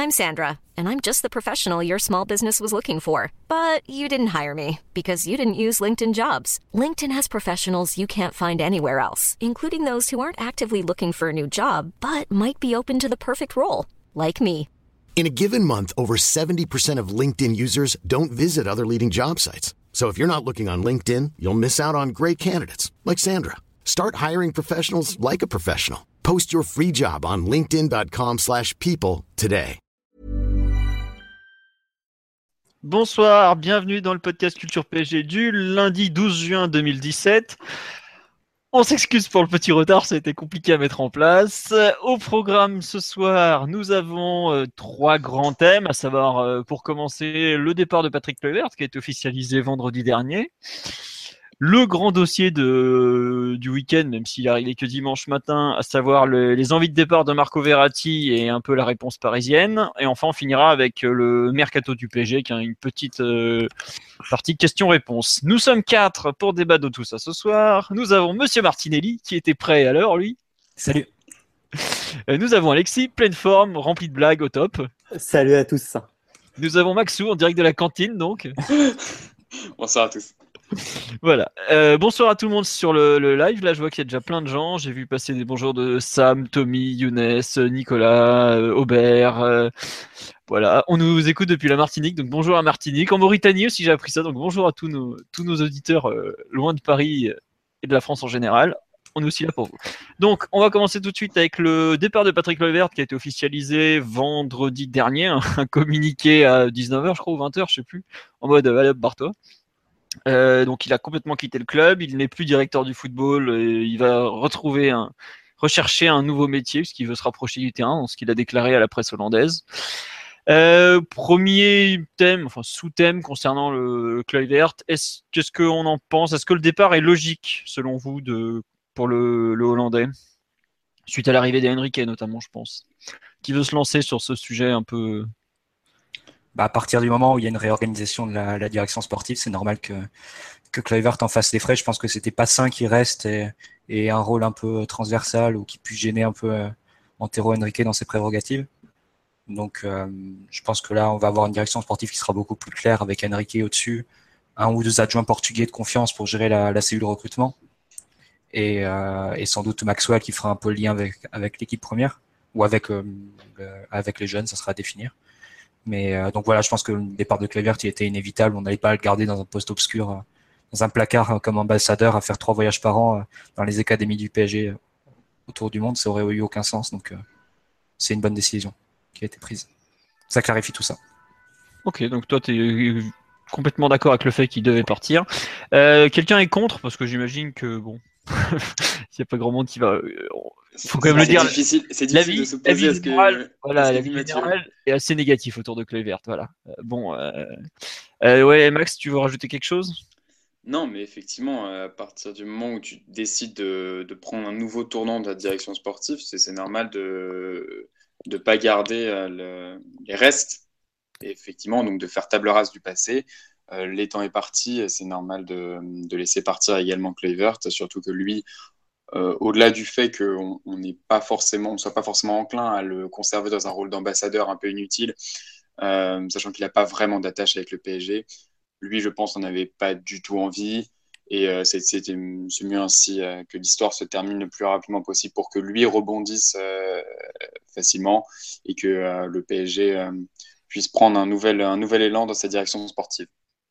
I'm Sandra, and I'm just the professional your small business was looking for. But you didn't hire me because you didn't use LinkedIn Jobs. LinkedIn has professionals you can't find anywhere else, including those who aren't actively looking for a new job, but might be open to the perfect role, like me. In a given month, over 70% of LinkedIn users don't visit other leading job sites. So if you're not looking on LinkedIn, you'll miss out on great candidates like Sandra. Start hiring professionals like a professional. Post your free job on linkedin.com/people today. Bonsoir, bienvenue dans le podcast Culture PSG du lundi 12 juin 2017. On s'excuse pour le petit retard, ça a été compliqué à mettre en place. Au programme ce soir, nous avons trois grands thèmes, à savoir pour commencer le départ de Patrick Kluivert qui a été officialisé vendredi dernier. Le grand dossier du week-end, même s'il est arrivé que dimanche matin, à savoir les envies de départ de Marco Verratti et un peu la réponse parisienne. Et enfin, on finira avec le mercato du PSG, qui a une petite partie questions-réponses. Nous sommes quatre pour débattre de tout ça ce soir. Nous avons Monsieur Martinelli, qui était prêt à l'heure, lui. Salut. Nous avons Alexis, pleine forme, rempli de blagues au top. Salut à tous. Nous avons Maxou, en direct de la cantine, donc. Bonsoir à tous. Voilà. Bonsoir à tout le monde sur le live. Là, je vois qu'il y a déjà plein de gens. J'ai vu passer des bonjours de Sam, Tommy, Younes, Nicolas, Aubert. Voilà. On nous écoute depuis la Martinique. Donc bonjour à Martinique. En Mauritanie aussi, j'ai appris ça. Donc bonjour à tous nos auditeurs loin de Paris et de la France en général. On est aussi là pour vous. Donc, on va commencer tout de suite avec le départ de Patrick Kluivert qui a été officialisé vendredi dernier. Un communiqué à 19h, je crois, ou 20h, je sais plus. En mode, allez hop, barre-toi. Donc il a complètement quitté le club, il n'est plus directeur du football, il va rechercher un nouveau métier puisqu'il veut se rapprocher du terrain, dans ce qu'il a déclaré à la presse hollandaise. Premier thème, enfin sous-thème concernant le Kluivert, qu'est-ce qu'on en pense? Est-ce que le départ est logique selon vous pour le Hollandais suite à l'arrivée d'Henrique notamment, je pense, qui veut se lancer sur ce sujet un peu... À partir du moment où il y a une réorganisation de la direction sportive, c'est normal que Kluivert en fasse les frais. Je pense que c'était pas sain qu'il reste et un rôle un peu transversal ou qui puisse gêner un peu Antero Henrique dans ses prérogatives. Donc je pense que là, on va avoir une direction sportive qui sera beaucoup plus claire avec Henrique au-dessus, un ou deux adjoints portugais de confiance pour gérer la cellule recrutement et sans doute Maxwell qui fera un peu le lien avec l'équipe première ou avec les jeunes, ça sera à définir. Mais donc voilà, je pense que le départ de Kluivert il était inévitable. On n'allait pas le garder dans un poste obscur, dans un placard comme ambassadeur, à faire 3 voyages par an dans les académies du PSG autour du monde. Ça aurait eu aucun sens. Donc c'est une bonne décision qui a été prise. Ça clarifie tout ça. Ok, donc toi tu es complètement d'accord avec le fait qu'il devait partir. Quelqu'un est contre parce que j'imagine que bon, il n'y a pas grand monde qui va. Faut quand même le dire. C'est difficile de s'opposer à ce que. Voilà, l'avis général est assez négatif autour de Kluivert. Voilà. Ouais, Max, tu veux rajouter quelque chose? Non, mais effectivement, à partir du moment où tu décides de prendre un nouveau tournant de la direction sportive, c'est normal de ne pas garder les restes. Et effectivement, donc de faire table rase du passé. L'étang est parti, c'est normal de laisser partir également Kluivert, surtout que lui. Au-delà du fait qu'on ne soit pas forcément enclin à le conserver dans un rôle d'ambassadeur un peu inutile, sachant qu'il n'a pas vraiment d'attache avec le PSG. Lui, je pense, n'en avait pas du tout envie. Et c'est mieux ainsi que l'histoire se termine le plus rapidement possible pour que lui rebondisse facilement et que le PSG puisse prendre un nouvel élan dans sa direction sportive.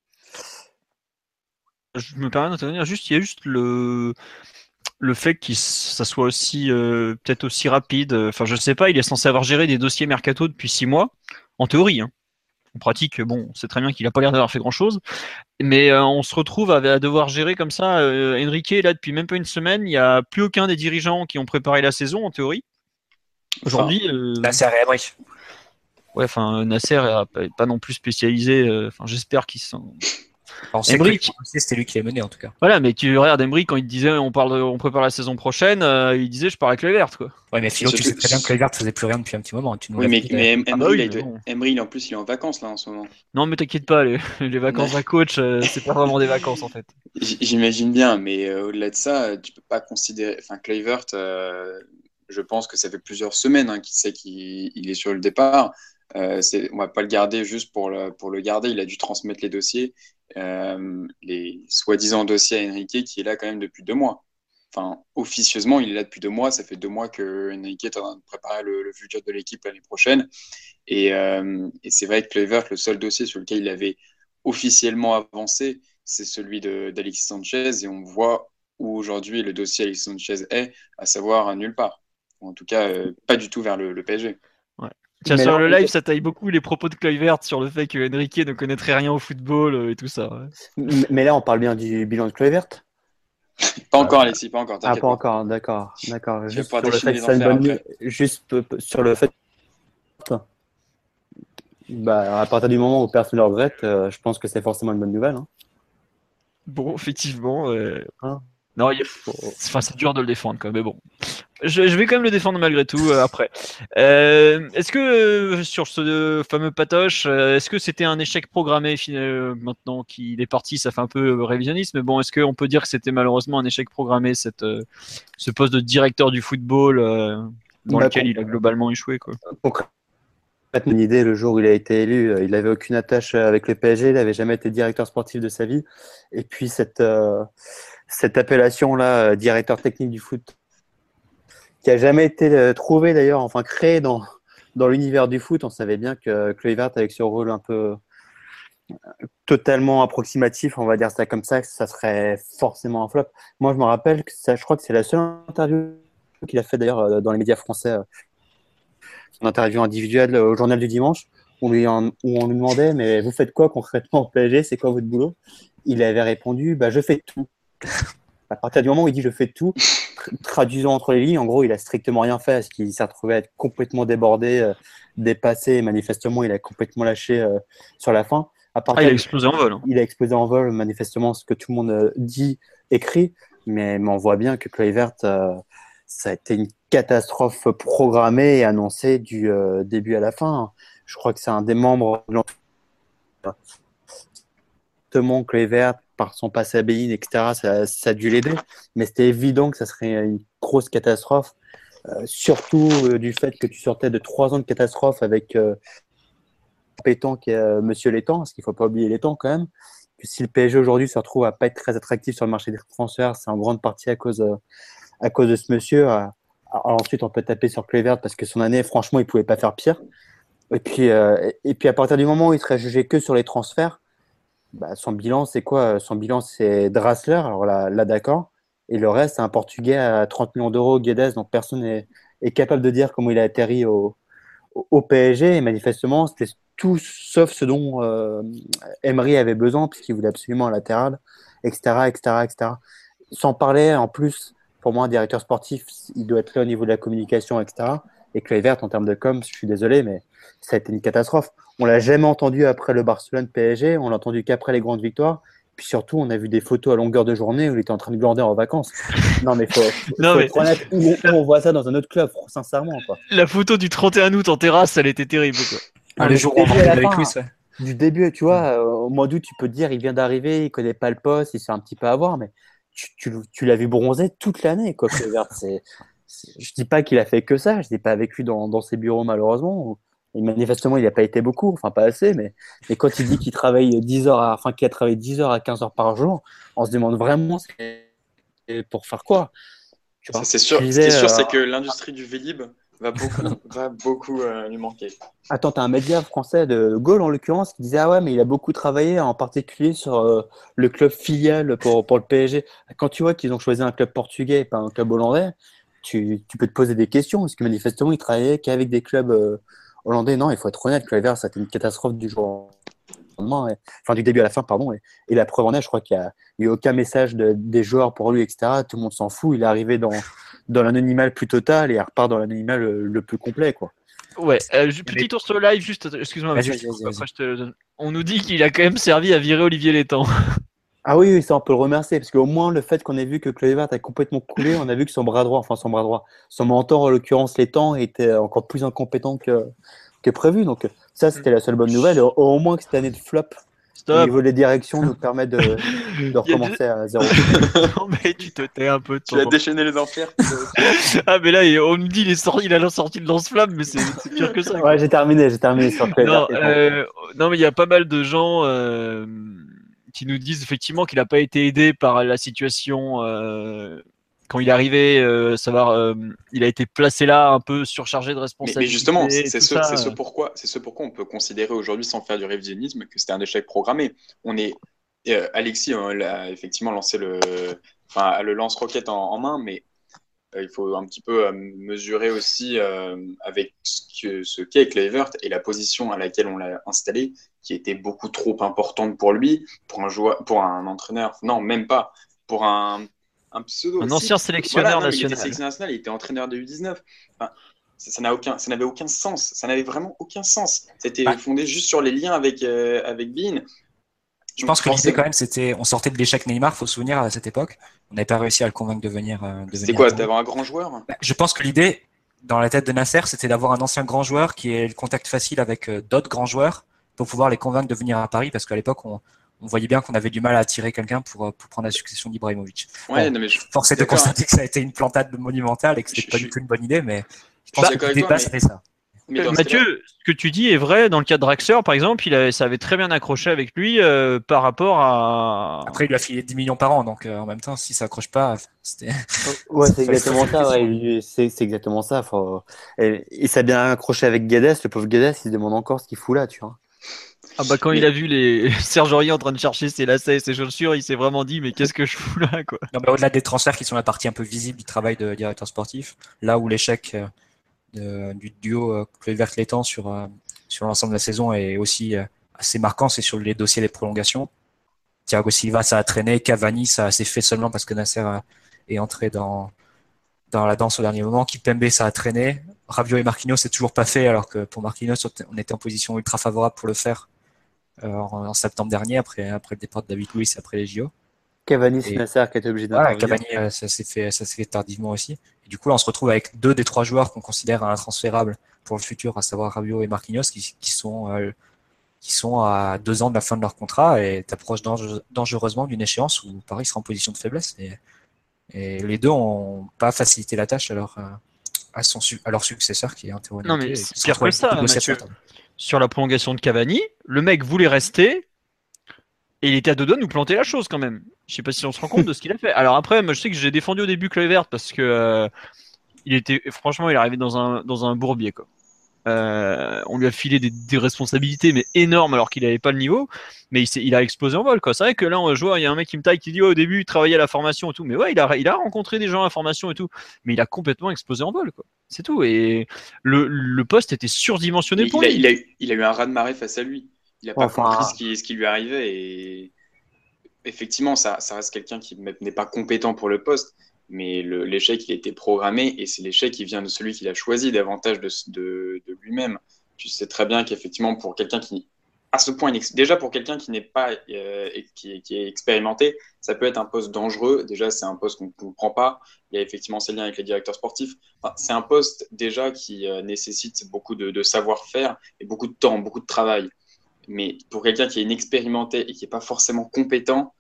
Je me permets d'intervenir. Il y a juste le fait que ça soit aussi peut-être aussi rapide. Enfin, je sais pas, il est censé avoir géré des dossiers mercato depuis 6 mois, en théorie. Hein. En pratique, bon, c'est très bien qu'il n'a pas l'air d'avoir fait grand-chose. Mais on se retrouve à devoir gérer comme ça. Henrique, là, depuis même pas une semaine, il n'y a plus aucun des dirigeants qui ont préparé la saison, en théorie. Aujourd'hui... Nasser et Emery. Ouais, enfin, Nasser n'est pas non plus spécialisé. Enfin, j'espère qu'ils sont... On sait que c'était lui qui l'a mené en tout cas. Voilà, mais tu regardes Emery quand il disait on prépare la saison prochaine, il disait je parle avec Kluivert quoi. Ouais, mais Philo, tu sais très bien que Kluivert faisait plus rien depuis un petit moment. Oui, mais Emery, en plus, il est en vacances là en ce moment. Non, mais t'inquiète pas, les vacances d'un coach, c'est pas vraiment des vacances en fait. J'imagine bien, mais au-delà de ça, tu peux pas considérer. Enfin, Kluivert, je pense que ça fait plusieurs semaines qu'il sait qu'il est sur le départ. On va pas le garder juste pour le garder. Il a dû transmettre les dossiers, les soi-disant dossiers à Enrique, qui est là quand même depuis 2 mois. Enfin, officieusement, il est là depuis 2 mois. Ça fait 2 mois que Enrique est en train de préparer le futur de l'équipe l'année prochaine. Et c'est vrai que Kluivert, le seul dossier sur lequel il avait officiellement avancé, c'est celui d'Alexis Sanchez. Et on voit où aujourd'hui le dossier Alexis Sanchez est, à savoir à nulle part. En tout cas, pas du tout vers le PSG. Ouais. Tiens, Mais sur là, le live, ça taille beaucoup les propos de Kluivert sur le fait que Enrique ne connaîtrait rien au football et tout ça. Ouais. mais là, on parle bien du bilan de Kluivert. Pas encore, Alexis, pas encore. Ah, T'inquiète pas pas. encore, d'accord. Tu vas Juste pouvoir sur le fait déchirer que c'est une les enfers bonne après. juste sur le fait. Bah, à partir du moment où personne ne le regrette, je pense que c'est forcément une bonne nouvelle. Hein. Bon, effectivement. Hein. Non, enfin, c'est dur de le défendre, quoi, mais bon. Je vais quand même le défendre malgré tout après. Est-ce que sur ce fameux Patoche, est-ce que c'était un échec programmé maintenant qu'il est parti, ça fait un peu révisionniste, mais bon, est-ce qu'on peut dire que c'était malheureusement un échec programmé, ce poste de directeur du football dans Bah, lequel il a globalement échoué, quoi. Concrètement, une idée, le jour où il a été élu, il n'avait aucune attache avec le PSG, il n'avait jamais été directeur sportif de sa vie. Et puis cette appellation-là, directeur technique du foot, qui a jamais été trouvé d'ailleurs, enfin créé dans l'univers du foot. On savait bien que Kluivert, avec ce rôle un peu totalement approximatif, on va dire ça comme ça serait forcément un flop. Moi, je me rappelle que je crois que c'est la seule interview qu'il a fait d'ailleurs dans les médias français, son interview individuelle au Journal du Dimanche, où on lui demandait, mais vous faites quoi concrètement au PSG, c'est quoi votre boulot? Il avait répondu, bah, je fais tout. À partir du moment où il dit je fais tout, traduisant entre les lignes, en gros, il a strictement rien fait, parce qu'il s'est retrouvé à être complètement débordé, dépassé, et manifestement, il a complètement lâché sur la fin. Il a explosé en vol. Hein. Il a explosé en vol, manifestement, ce que tout le monde dit, écrit, mais on voit bien que Kluivert, ça a été une catastrophe programmée et annoncée du début à la fin. Je crois que c'est un des membres de l'entraînement, Kluivert, par son passé à Bein, etc., ça a dû l'aider. Mais c'était évident que ça serait une grosse catastrophe, surtout du fait que tu sortais de 3 ans de catastrophe avec Pétan qui est Monsieur Létang, parce qu'il ne faut pas oublier Létang quand même. Que si le PSG aujourd'hui se retrouve à pas être très attractif sur le marché des transferts, c'est en grande partie à cause de ce monsieur. Alors ensuite, on peut taper sur Kluivert parce que son année, franchement, il ne pouvait pas faire pire. Et puis à partir du moment où il serait jugé que sur les transferts, bah, son bilan, c'est quoi? Son bilan, c'est Draxler, alors là d'accord. Et le reste, c'est un Portugais à 30 millions d'euros, Guedes, donc personne est capable de dire comment il a atterri au PSG. Et manifestement, c'était tout sauf ce dont Emery avait besoin, puisqu'il voulait absolument un latéral, etc., etc., etc. Sans parler, en plus, pour moi, un directeur sportif, il doit être là au niveau de la communication, etc. Et Kluivert, en termes de com, je suis désolé, mais ça a été une catastrophe. On l'a jamais entendu après le Barcelone-PSG, on l'a entendu qu'après les grandes victoires. Puis surtout, on a vu des photos à longueur de journée où il était en train de glander en vacances. Non, mais faut être honnête, où on voit ça dans un autre club, sincèrement. Quoi. La photo du 31 août en terrasse, elle était terrible. Quoi. Les jours où on va avec Chris, ouais. Du début, tu vois, au mois d'août, tu peux te dire, il vient d'arriver, il connaît pas le poste, il se fait un petit peu avoir, mais tu l'as vu bronzer toute l'année. Quoi, je dis pas qu'il a fait que ça, je n'ai pas vécu dans ses bureaux malheureusement. Et manifestement, il n'a pas été beaucoup, enfin pas assez, mais quand il dit qu'il travaille 10 heures, qu'il a travaillé 10 heures à 15 heures par jour, on se demande vraiment pour faire quoi. Tu vois, c'est sûr. Ce qui est sûr, c'est que l'industrie du Vélib va beaucoup lui manquer. Attends, tu as un média français de Gaulle en l'occurrence qui disait ah ouais, mais il a beaucoup travaillé en particulier sur le club filial pour le PSG. Quand tu vois qu'ils ont choisi un club portugais et pas un club hollandais, tu peux te poser des questions parce que manifestement, ils travaillaient qu'avec des clubs hollandais. Non, il faut être honnête, Kluivert, ça a été une catastrophe du jour au lendemain, enfin du début à la fin, pardon. Et la preuve en est, je crois qu'il n'y a eu aucun message des joueurs pour lui, etc. Tout le monde s'en fout. Il est arrivé dans l'anonymat le plus total et il repart dans l'anonymat le plus complet, quoi. Ouais, petit tour sur le live, juste, excuse-moi, vas-y. On nous dit qu'il a quand même servi à virer Olivier Létang. Ah oui, ça on peut le remercier, parce qu'au moins le fait qu'on ait vu que Kluivert a complètement coulé, on a vu que son mentor en l'occurrence Létang était encore plus incompétent que prévu. Donc ça, c'était la seule bonne nouvelle. Au moins que cette année de flop Au Stop. niveau des directions, nous permet de recommencer à zéro. Non, mais tu te tais un peu de Tu as temps. déchaîné les enfers. Ah, mais là, on me dit il a la sortie de lance-flamme, mais c'est pire que ça. quoi. Ouais, j'ai terminé sur Non, Kluivert. non, mais il y a pas mal de gens qui nous disent effectivement qu'il n'a pas été aidé par la situation quand il est arrivé. Il a été placé là un peu surchargé de Mais responsabilités. justement, c'est tout ce, ça. c'est ce pourquoi on peut considérer aujourd'hui, sans faire du révisionnisme, que c'était un échec programmé. Alexis a effectivement lancé a le lance-roquette en main, mais il faut un petit peu mesurer aussi avec ce qu'est Kluivert et la position à laquelle on l'a installé, qui était beaucoup trop importante pour lui, pour un joueur, pour un entraîneur. Non, même pas. Pour un pseudo. Un Si, ancien sélectionneur voilà, non, mais il était national. sélectionneur national, il était entraîneur de U19. Enfin, ça n'avait aucun sens. Ça n'avait vraiment aucun sens. C'était fondé juste sur les liens avec Bein. Je pense que l'idée quand même, c'était, on sortait de l'échec Neymar, faut se souvenir à cette époque. On n'avait pas réussi à le convaincre de venir. C'était quoi, d'avoir un grand joueur? Je pense que l'idée, dans la tête de Nasser, c'était d'avoir un ancien grand joueur qui ait le contact facile avec d'autres grands joueurs pour pouvoir les convaincre de venir à Paris, parce qu'à l'époque, on voyait bien qu'on avait du mal à attirer quelqu'un pour prendre la succession d'Ibrahimovic. Ouais, bon, non, mais force est de constater que ça a été une plantade monumentale et que c'était pas du tout une bonne idée, mais je pense que l'idée de base, c'était ça. Mathieu, ce que tu dis est vrai dans le cas de Draxler, par exemple, ça avait très bien accroché avec lui par rapport à. Après, il lui a filé 10 millions par an, donc en même temps, si ça accroche pas, c'était. Ouais, c'est exactement ça. Ouais, c'est exactement ça. Et ça a bien accroché avec Guedes. Le pauvre Guedes, il se demande encore ce qu'il fout là, tu vois. Ah bah quand il a vu les Serge Aurier en train de chercher ses lacets et ses chaussures, il s'est vraiment dit mais qu'est-ce que je fous là quoi. Non, mais au-delà des transferts qui sont la partie un peu visible du travail de directeur sportif, là où l'échec du duo Kluivert-Létang sur l'ensemble de la saison est aussi assez marquant, c'est sur les dossiers des prolongations. Thiago Silva, ça a traîné. Cavani, ça s'est fait seulement parce que Nasser est entré dans la danse au dernier moment. Kimpembe, ça a traîné. Rabiot et Marquinhos, c'est toujours pas fait, alors que pour Marquinhos, on était en position ultra favorable pour le faire en septembre dernier, après le départ de David Luiz, après les JO. Cavani, c'est Nasser qui a été obligé d'intervenir. Cavani, ça s'est fait tardivement aussi. Et du coup, là, on se retrouve avec 2 des 3 joueurs qu'on considère intransférables pour le futur, à savoir Rabiot et Marquinhos, qui sont à 2 ans de la fin de leur contrat et t'approches dangereusement d'une échéance où Paris sera en position de faiblesse. Et les deux ont pas facilité la tâche à leur successeur qui est intervenu. Non mais c'est pire que ça, Mathieu. Sur la prolongation de Cavani, le mec voulait rester et il était à 2 doigts de nous planter la chose quand même. Je sais pas si on se rend compte de ce qu'il a fait. Alors après, moi je sais que j'ai défendu au début Kluivert parce que il est arrivé dans un bourbier quoi. On lui a filé des responsabilités mais énormes alors qu'il n'avait pas le niveau, mais il a explosé en vol quoi. C'est vrai que là on voit, il y a un mec qui me taille qui dit au début il travaillait à la formation et tout, mais ouais il a rencontré des gens à la formation et tout, mais il a complètement explosé en vol quoi. C'est tout, et le poste était surdimensionné pour lui. Il a eu un raz-de-marée face à lui. Il a pas compris ce qui lui arrivait et effectivement ça reste quelqu'un qui n'est pas compétent pour le poste. Mais l'échec, il a été programmé et c'est l'échec qui vient de celui qui l'a choisi davantage de lui-même. Tu sais très bien qu'effectivement, pour quelqu'un qui, à ce point, déjà pour quelqu'un qui n'est pas, qui est expérimenté, ça peut être un poste dangereux. Déjà, c'est un poste qu'on ne comprend pas. Il y a effectivement ces liens avec les directeurs sportifs. Enfin, c'est un poste déjà qui nécessite beaucoup de savoir-faire et beaucoup de temps, beaucoup de travail. Mais pour quelqu'un qui est inexpérimenté et qui n'est pas forcément compétent,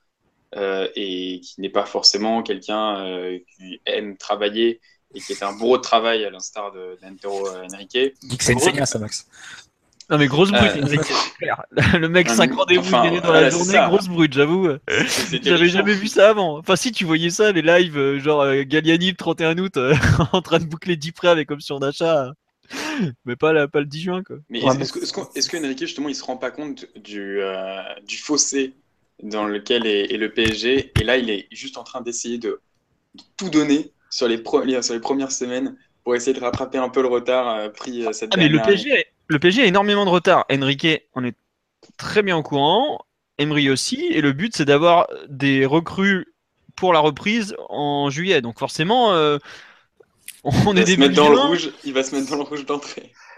et qui n'est pas forcément quelqu'un qui aime travailler et qui est un bourreau de travail à l'instar d'Antero Henrique. Dis que c'est une feignasse, Max. Non mais grosse brute, Henrique, c'est clair. Le mec 5 rendez-vous dans la journée, grosse brute, j'avoue. J'avais jamais vu ça avant. Enfin si, tu voyais ça, les lives genre Galliani le 31 août en train de boucler 10 prêts avec option d'achat. Mais pas le 10 juin quoi. Mais est-ce que Henrique justement il se rend pas compte du fossé dans lequel est le PSG, et là il est juste en train d'essayer de tout donner sur les premières semaines pour essayer de rattraper un peu le retard pris cette dernière année. Mais le PSG a énormément de retard. Henrique, on est très bien au courant, Emery aussi, et le but c'est d'avoir des recrues pour la reprise en juillet, donc forcément on est début juin. Il va se mettre dans le rouge d'entrée.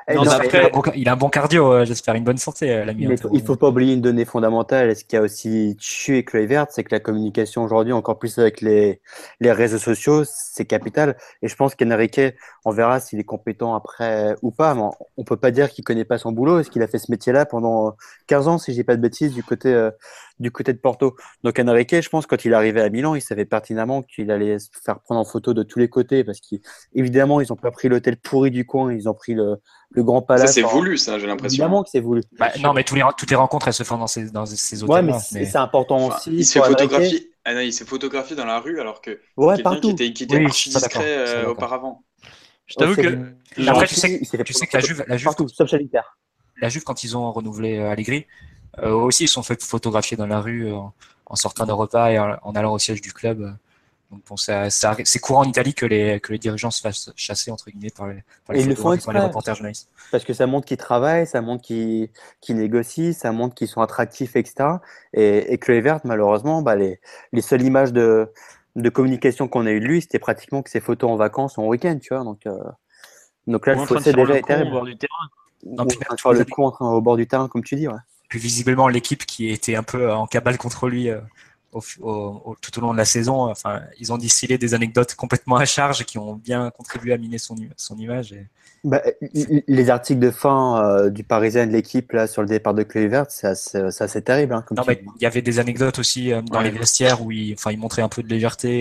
Non, mais après- il a un bon cardio, j'espère, une bonne santé, l'ami. Mais il faut pas oublier une donnée fondamentale. Et ce qui a aussi tué Kluivert, c'est que la communication aujourd'hui, encore plus avec les réseaux sociaux, c'est capital. Et je pense qu'Enrique, on verra s'il est compétent après ou pas. Mais on peut pas dire qu'il connaît pas son boulot. Est-ce qu'il a fait ce métier-là pendant 15 ans, si j'ai pas de bêtises, du côté de Porto. Donc Enrique, je pense, quand il est arrivé à Milan, il savait pertinemment qu'il allait se faire prendre en photo de tous les côtés parce qu'évidemment, ils ont pas pris l'hôtel pourri du coin, ils ont pris le grand Ça, palace. c'est voulu, ça, j'ai l'impression. Évidemment que c'est voulu. Non, mais toutes les rencontres, elles se font dans ces Ouais, hôtels-là. mais c'est important Enfin, aussi. il se fait pour Enrique. photographier. Ah non, il s'est photographié dans la rue alors que Ouais, quelqu'un partout. qui était Oui, archi ça, d'accord, discret ça, d'accord. auparavant. Je t'avoue Oh, c'est que. vrai. genre, Après, Aussi, tu sais il s'est fait que prendre la en Juve, photo la Juve, partout, sauf chez l'Inter. la Juve, quand ils ont renouvelé Allegri, aussi, ils se sont fait photographier dans la rue en sortant d'un repas et en allant au siège du club. Donc bon, c'est courant en Italie que les dirigeants se fassent chasser, entre guillemets, par les Et ils le font photographes et par les exprès. reporters journalistes. Parce que ça montre qu'ils travaillent, ça montre qu'ils négocient, ça montre qu'ils sont attractifs, etc. Et Kluivert, malheureusement, bah, les seules images de communication qu'on a eues de lui, c'était pratiquement que ses photos en vacances ou en week-end, tu vois. Donc là, on est le en train de fossé faire déjà le est con au terrible. bord du terrain. Non, Ou puis en train même, de faire le coup au bord du terrain, comme tu dis. Ouais. Puis visiblement, l'équipe qui était un peu en cabale contre lui tout au long de la saison, enfin, ils ont distillé des anecdotes complètement à charge et qui ont bien contribué à miner son image. Bah, les articles de fin du Parisien et de l'équipe là sur le départ de Kluivert, c'est assez terrible, hein, comme Non, tu mais dis. il y avait des anecdotes aussi dans Ouais. les vestiaires où il montrait un peu de légèreté,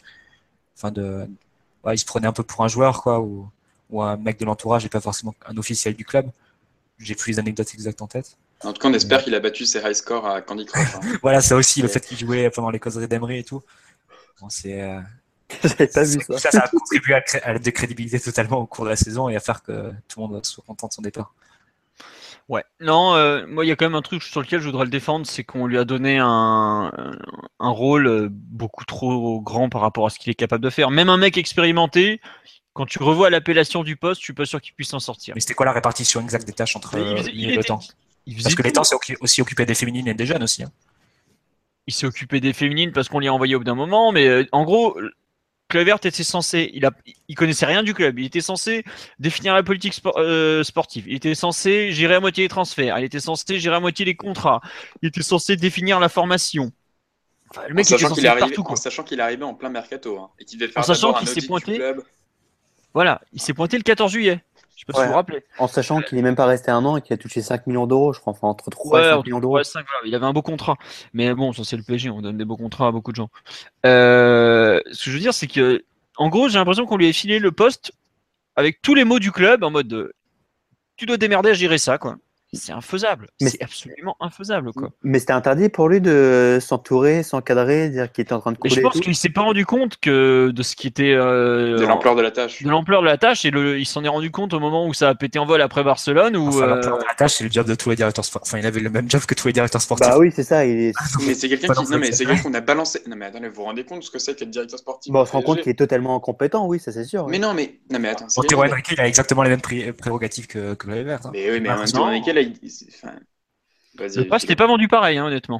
ouais, il se prenait un peu pour un joueur, quoi, ou un mec de l'entourage et pas forcément un officiel du club. J'ai plus les anecdotes exactes en tête. En tout cas, on espère qu'il a battu ses high scores à Candy Crush. Hein. Voilà, ça aussi, le fait qu'il jouait pendant les causeries d'Emery et tout. Bon, J'avais pas vu ça. ça a contribué à la décrédibiliser totalement au cours de la saison et à faire que tout le monde soit content de son départ. Ouais. Non, moi, il y a quand même un truc sur lequel je voudrais le défendre, c'est qu'on lui a donné un rôle beaucoup trop grand par rapport à ce qu'il est capable de faire. Même un mec expérimenté, quand tu revois l'appellation du poste, je suis pas sûr qu'il puisse s'en sortir. Mais c'était quoi la répartition exacte des tâches entre Mais lui et le temps? il faisait Parce que les tout. temps, c'est aussi occupé des féminines et des jeunes aussi. Hein. Il s'est occupé des féminines parce qu'on l'y a envoyé au bout d'un moment, mais en gros, Kluivert était censé, il connaissait rien du club, il était censé définir la politique sportive, il était censé gérer à moitié les transferts, il était censé gérer à moitié les contrats, il était censé définir la formation. Enfin, le mec était censé faire partout, quoi. En sachant qu'il est arrivé en plein mercato hein, et qu'il devait En faire sachant d'abord un qu'il s'est audit pointé. du club. Voilà, il s'est pointé le 14 juillet. Je sais pas si Ouais. vous vous rappelez. En sachant qu'il n'est même pas resté un an et qu'il a touché 5 millions d'euros, je crois, enfin entre 3 et 5 millions d'euros. Ouais, 5, voilà. Il avait un beau contrat. Mais bon, ça c'est le PSG, on donne des beaux contrats à beaucoup de gens. Ce que je veux dire, c'est que, en gros, j'ai l'impression qu'on lui a filé le poste avec tous les mots du club en mode tu dois démerder à gérer ça, quoi. C'est infaisable. Mais- C'est absolument infaisable, quoi. Mais c'était interdit pour lui de s'entourer, s'encadrer, dire qu'il était en train de Et couler. je et pense tout. qu'il s'est pas rendu compte de ce qui était De l'ampleur de la tâche. de l'ampleur de la tâche et il s'en est rendu compte au moment où ça a pété en vol après Barcelone où Enfin, l'ampleur de la tâche, c'est le job de tous les directeurs sportifs. Enfin, il avait le même job que tous les directeurs sportifs. Bah oui, c'est ça. Mais c'est quelqu'un Pas qui. non plus Non, mais c'est exceptionnel. quelqu'un qu'on a balancé. Non, mais attendez, vous vous rendez compte de ce que c'est qu'être directeur sportif Bon, on au se rend compte PSG? qu'il est totalement incompétent, oui, ça c'est sûr. Mais non, mais attends. c'est Montero quelqu'un Henrique, il a exactement les mêmes prérogatives que Kluivert. Hein. Mais oui, mais en même Non. temps, Henrique, là, enfin, vas-y. le poste n'est pas vendu pareil, hein, honnêtement.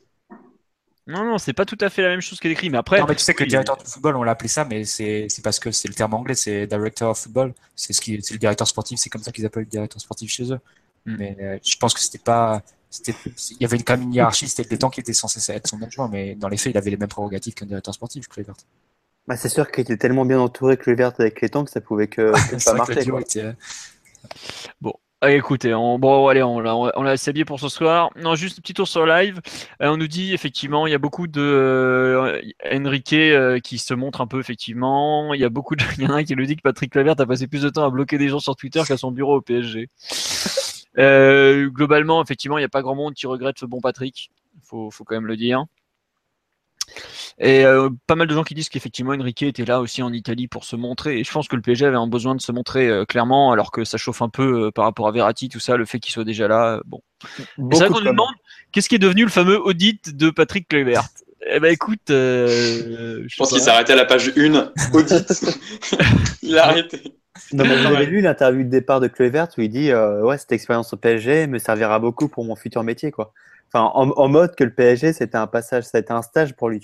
Non, c'est pas tout à fait la même chose qui est écrit, mais après. Non, mais tu sais que le oui, directeur de football, on l'a appelé ça, mais c'est parce que c'est le terme anglais, c'est director of football. C'est le directeur sportif, c'est comme ça qu'ils appellent le directeur sportif chez eux. Mais je pense que il y avait quand même une hiérarchie, c'était le temps qui était censé être son adjoint, mais dans les faits, il avait les mêmes prérogatives qu'un directeur sportif, Kluivert. Bah, c'est sûr qu'il était tellement bien entouré que le vert avec les temps que ça pouvait que C'est pas vrai que le marcher. duo Quoi. était, Bon, écoutez, bon, allez, on l'a assez bien pour ce soir. Non, juste un petit tour sur live. On nous dit effectivement, il y a beaucoup de Enrique qui se montre un peu effectivement. Il y a beaucoup il y en a un qui nous dit que Patrick Kluivert a passé plus de temps à bloquer des gens sur Twitter qu'à son bureau au PSG. Globalement, effectivement, il n'y a pas grand monde qui regrette ce bon Patrick. Faut quand même le dire. Et pas mal de gens qui disent qu'effectivement Enrique était là aussi en Italie pour se montrer, et je pense que le PSG avait un besoin de se montrer clairement, alors que ça chauffe un peu par rapport à Verratti, tout ça, le fait qu'il soit déjà là, bon. Mais c'est vrai qu'on nous demande qu'est-ce qui est devenu le fameux audit de Patrick Kluivert. Eh ben écoute, Je pense qu'il s'est arrêté à la page 1, audit. Il a arrêté. Non, mais vous avez lu l'interview de départ de Kluivert où il dit ouais, cette expérience au PSG me servira beaucoup pour mon futur métier, quoi. Enfin, en mode que le PSG c'était un passage, ça a été un stage pour lui, tu vois.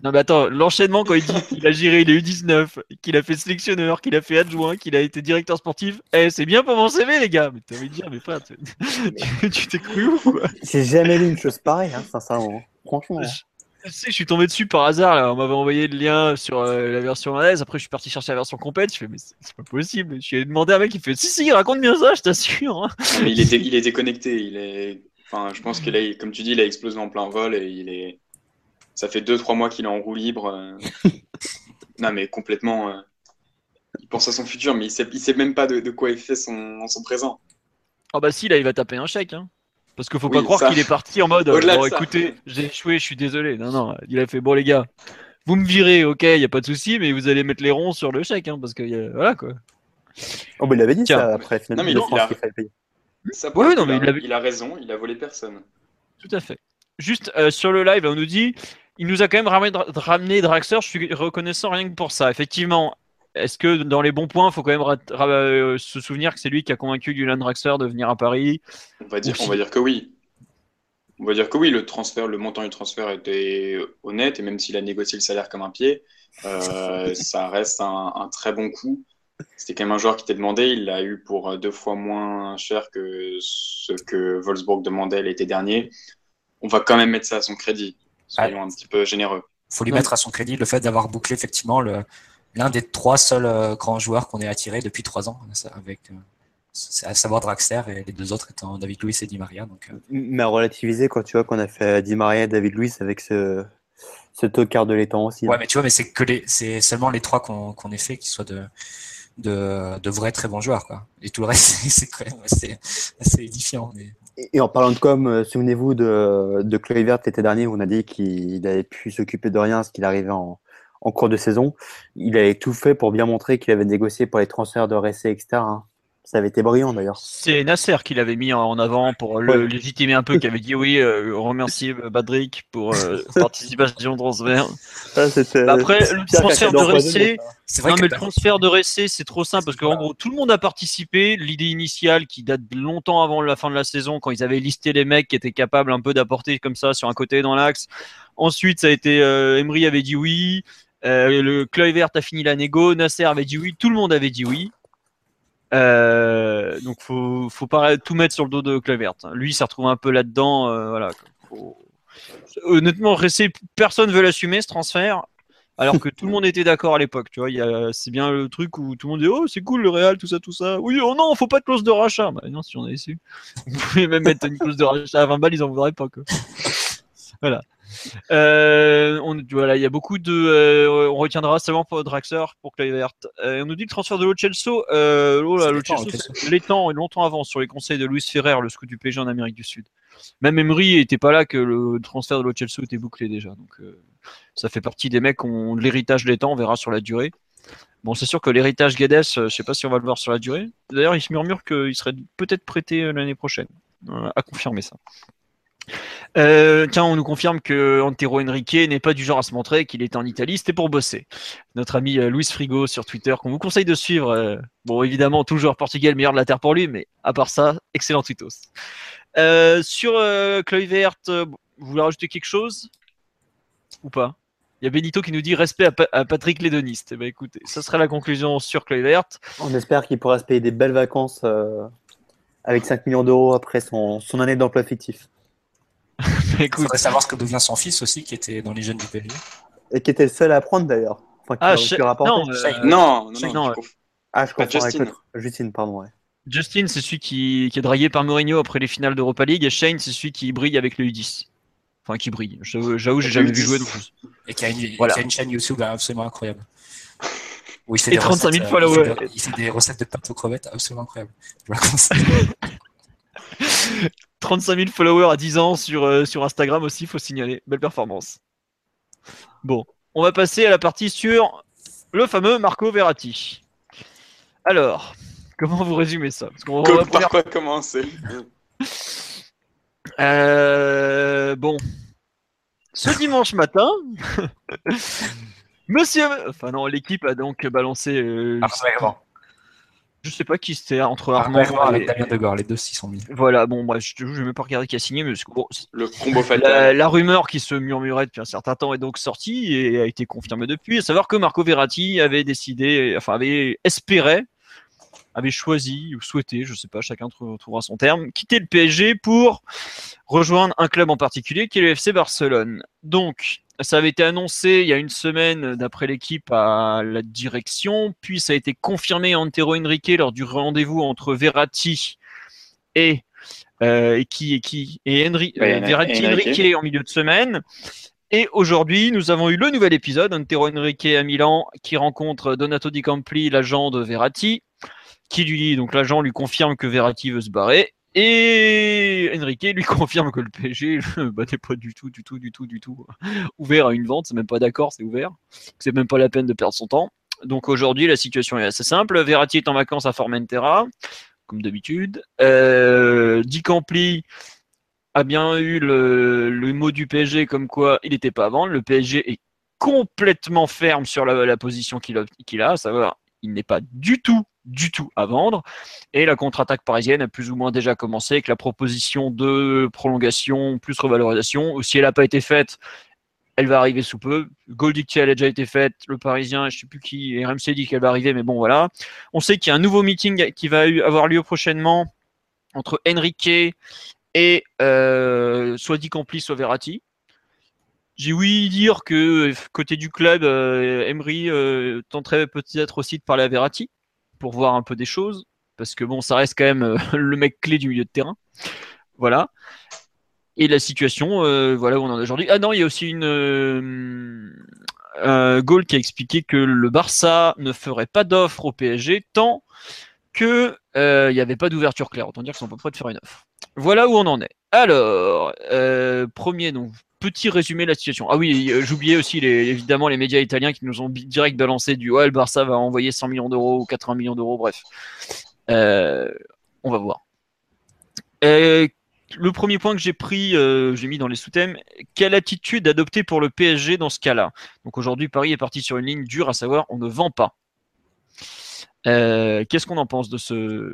Non mais attends, l'enchaînement quand il dit qu'il a géré les U19, qu'il a fait sélectionneur, qu'il a fait adjoint, qu'il a été directeur sportif, c'est bien pour mon CV les gars. Mais t'as envie de dire, mais frère, tu t'es cru où quoi? J'ai jamais lu une chose pareille, hein, sincèrement. Franchement. Je suis tombé dessus par hasard. Là. On m'avait envoyé le lien sur la version anglaise. Après, je suis parti chercher la version complète. Je fais, mais c'est pas possible. Je suis allé demander à un mec qui fait, si, raconte bien ça, je t'assure. Hein. Mais il est déconnecté. Enfin, je pense que là, comme tu dis, il a explosé en plein vol et ça fait 2-3 mois qu'il est en roue libre. Non, mais complètement. Il pense à son futur, mais il sait même pas de quoi il fait son présent. Ah bah si, là, il va taper un chèque. Hein. Parce qu'il faut Oui, pas croire ça. qu'il est parti en mode Au-delà bon de ça. écoutez, j'ai échoué, je suis désolé. Non, il a fait bon les gars, vous me virez, ok, y a pas de souci, mais vous allez mettre les ronds sur le chèque, hein, parce que voilà quoi. Oh, mais il avait dit Tiens. ça après, Non, finalement. mais de il France a- qu'il fallait payer. Ça, Ouais, non, mais il a raison, il a volé personne. Tout à fait. Juste sur le live, on nous dit, il nous a quand même ramené Draxler, je suis reconnaissant rien que pour ça. Effectivement, est-ce que dans les bons points, il faut quand même se souvenir que c'est lui qui a convaincu Julian Draxler de venir à Paris? On va dire que oui. On va dire que oui, le montant du transfert était honnête, et même s'il a négocié le salaire comme un pied, ça reste un très bon coup. C'était quand même un joueur qui était demandé, il l'a eu pour 2 fois moins cher que ce que Wolfsburg demandait l'été dernier. On va quand même mettre ça à son crédit, soyons un petit peu généreux. Il faut lui mettre à son crédit le fait d'avoir bouclé effectivement l'un des 3 seuls grands joueurs qu'on ait attirés depuis 3 ans, avec à savoir Draxler et les 2 autres étant David Luiz et Di Maria. Donc, Mais à relativiser quand tu vois qu'on a fait Di Maria et David Luiz avec ce tocard de l'étang aussi. ouais, hein. mais tu vois, mais c'est seulement les 3 qu'on ait fait qui soient de vrais très bons joueurs, quoi. Et tout le reste, c'est quand même assez édifiant. Mais... Et en parlant de com, souvenez-vous de Kluivert l'été dernier où on a dit qu'il avait pu s'occuper de rien, ce qu'il arrivait en cours de saison. Il avait tout fait pour bien montrer qu'il avait négocié pour les transferts de Ressé, etc. hein. Ça avait été brillant d'ailleurs. C'est Nasser qui l'avait mis en avant pour le légitimer un peu, qui avait dit oui, remercier Badrick pour participation au transfert. Après, le transfert de Ressé, le transfert de Ressé, c'est trop simple parce qu'en gros, tout le monde a participé. L'idée initiale qui date longtemps avant la fin de la saison, quand ils avaient listé les mecs qui étaient capables un peu d'apporter comme ça sur un côté dans l'axe. Ensuite, ça a été Emery avait dit oui, le Kluivert a fini la négo, Nasser avait dit oui, tout le monde avait dit oui. Donc faut pas tout mettre sur le dos de Kluivert. Lui, il s'est retrouvé un peu là-dedans. Voilà. Honnêtement, personne veut l'assumer ce transfert, alors que tout le monde était d'accord à l'époque. Tu vois, c'est bien le truc où tout le monde dit oh c'est cool le Real, tout ça. Oui, oh non, faut pas de clause de rachat. Bah non, si on avait su. Vous pouvez même mettre une clause de rachat à 20 balles, ils en voudraient pas quoi. Voilà. Voilà, il y a beaucoup de. On retiendra seulement pour Draxler, pour Kluivert. On nous dit le transfert de Lo Celso. L'étang est longtemps avant sur les conseils de Luis Ferrer, le scout du PSG en Amérique du Sud. Même Emery était pas là que le transfert de Lo Celso était bouclé déjà. Donc ça fait partie des mecs qui ont l'héritage l'étang. On verra sur la durée. Bon, c'est sûr que l'héritage Guedes, je sais pas si on va le voir sur la durée. D'ailleurs, il se murmure qu'il serait peut-être prêté l'année prochaine. À confirmer ça. Tiens, on nous confirme que Antero Henrique n'est pas du genre à se montrer, qu'il est en Italie, c'était pour bosser. Notre ami Luis Frigo sur Twitter, qu'on vous conseille de suivre. Bon, évidemment, toujours Portugal, meilleur de la Terre pour lui, mais à part ça, excellent tweetos. Sur Kluivert, vous voulez rajouter quelque chose ou pas? Il y a Benito qui nous dit respect à Patrick Lédoniste. Eh ben, écoutez, ça serait la conclusion sur Kluivert. On espère qu'il pourra se payer des belles vacances avec 5 millions d'euros après son année d'emploi fictif. Il faudrait savoir ce que devient son fils aussi, qui était dans les jeunes du PSG. Et qui était le seul à prendre d'ailleurs. Enfin, Non. Je confonds avec l'autre. Justine, pardon. Ouais. Justin, c'est celui qui est dragué par Mourinho après les finales d'Europa League, et Shane, c'est celui qui brille avec le U10. Enfin, qui brille. J'avoue, j'ai jamais vu jouer. Donc... Et qui a une chaîne YouTube absolument incroyable. Où il fait et 35 000 followers. Il fait des recettes de pâtes aux crevettes absolument incroyables. 35 000 followers à 10 ans sur Instagram aussi, faut signaler. Belle performance. Bon, on va passer à la partie sur le fameux Marco Verratti. Alors, comment vous résumez ça? Parce qu'on par quoi commencer? Bon, ce dimanche matin, l'équipe a donc balancé. Je sais pas qui c'était entre Armand Armand avec et... Damien Degord, les deux s'y sont mis. Voilà, bon, bref, je vais même pas regarder qui a signé, mais bon, Le combo fatal. la rumeur qui se murmurait depuis un certain temps est donc sortie et a été confirmée depuis, à savoir que Marco Verratti avait décidé, enfin avait espéré, avait choisi ou souhaité, je sais pas, chacun trouvera son terme, quitter le PSG pour rejoindre un club en particulier qui est le FC Barcelone. Donc, ça avait été annoncé il y a une semaine d'après l'équipe à la direction, puis ça a été confirmé à Antero Henrique lors du rendez-vous entre Verratti et Verratti Henrique en milieu de semaine. Et aujourd'hui, nous avons eu le nouvel épisode, Antero Henrique à Milan, qui rencontre Donato Di Campli, l'agent de Verratti, qui lui, donc l'agent lui confirme que Verratti veut se barrer, et Henrique lui confirme que le PSG n'est pas du tout ouvert à une vente, c'est même pas d'accord, c'est ouvert, c'est même pas la peine de perdre son temps. Donc aujourd'hui, la situation est assez simple, Verratti est en vacances à Formentera, comme d'habitude. Di Campli a bien eu le mot du PSG comme quoi il n'était pas à vendre. Le PSG est complètement ferme sur la position qu'il a, à savoir il n'est pas du tout à vendre. Et la contre-attaque parisienne a plus ou moins déjà commencé avec la proposition de prolongation plus revalorisation. Si elle n'a pas été faite, elle va arriver sous peu. Goldicti, elle a déjà été faite. Le Parisien, je ne sais plus qui, RMC dit qu'elle va arriver, mais bon, voilà. On sait qu'il y a un nouveau meeting qui va avoir lieu prochainement entre Henrique et soit Di Campli, soit Verratti. J'ai ouï dire que côté du club, Emery tenterait peut-être aussi de parler à Verratti pour voir un peu des choses, parce que bon, ça reste quand même le mec clé du milieu de terrain. Voilà. Et la situation, voilà où on en est aujourd'hui. Ah non, il y a aussi Gaulle qui a expliqué que le Barça ne ferait pas d'offre au PSG tant qu'il n'y avait pas d'ouverture claire. Autant dire qu'ils sont pas prêts de faire une offre. Voilà où on en est. Alors, premier, donc, petit résumé de la situation. Ah oui, j'oubliais aussi évidemment les médias italiens qui nous ont direct balancé du le Barça va envoyer 100 millions d'euros ou 80 millions d'euros, bref. On va voir. Le premier point que j'ai pris, j'ai mis dans les sous-thèmes, quelle attitude adopter pour le PSG dans ce cas-là? Donc aujourd'hui, Paris est parti sur une ligne dure, à savoir on ne vend pas. Qu'est-ce qu'on en pense de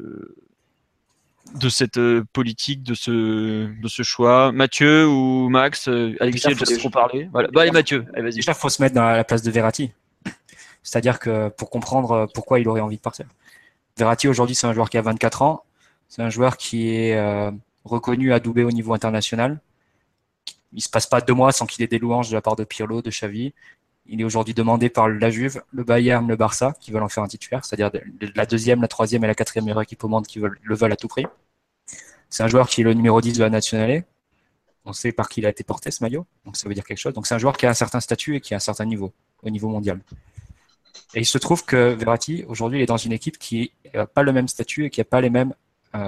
cette politique, de ce choix? Mathieu ou Max? Alexis a déjà trop parlé. Voilà. Allez Mathieu, allez, vas-y. Déjà, il faut se mettre dans la place de Verratti. C'est-à-dire que pour comprendre pourquoi il aurait envie de partir. Verratti, aujourd'hui, c'est un joueur qui a 24 ans. C'est un joueur qui est reconnu, adoubé au niveau international. Il se passe pas 2 mois sans qu'il ait des louanges de la part de Pirlo, de Xavi. Il est aujourd'hui demandé par la Juve, le Bayern, le Barça, qui veulent en faire un titulaire, c'est-à-dire la 2e, la 3e et la 4e meilleure équipe au monde qui le veulent à tout prix. C'est un joueur qui est le numéro 10 de la nationale. On sait par qui il a été porté, ce maillot, donc ça veut dire quelque chose. Donc c'est un joueur qui a un certain statut et qui a un certain niveau, au niveau mondial. Et il se trouve que Verratti, aujourd'hui, il est dans une équipe qui n'a pas le même statut et qui n'a pas les mêmes,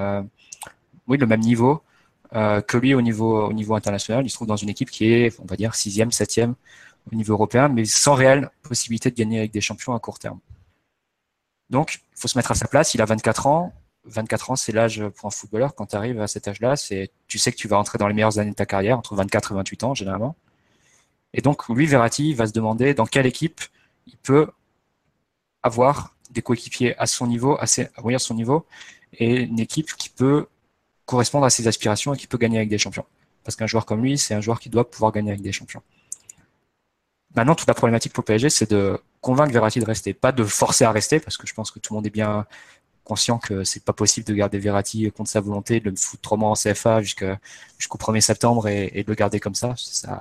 le même niveau que lui au niveau international. Il se trouve dans une équipe qui est, on va dire, 6e, 7e au niveau européen, mais sans réelle possibilité de gagner avec des champions à court terme. Donc, il faut se mettre à sa place. Il a 24 ans. 24 ans, c'est l'âge pour un footballeur. Quand tu arrives à cet âge-là, tu sais que tu vas entrer dans les meilleures années de ta carrière, entre 24 et 28 ans, généralement. Et donc, lui, Verratti, va se demander dans quelle équipe il peut avoir des coéquipiers à son niveau, à son niveau, et une équipe qui peut correspondre à ses aspirations et qui peut gagner avec des champions. Parce qu'un joueur comme lui, c'est un joueur qui doit pouvoir gagner avec des champions. Maintenant, toute la problématique pour le PSG, c'est de convaincre Verratti de rester, pas de forcer à rester, parce que je pense que tout le monde est bien conscient que c'est pas possible de garder Verratti contre sa volonté, de le foutre 3 mois en CFA jusqu'au 1er septembre et de le garder comme ça.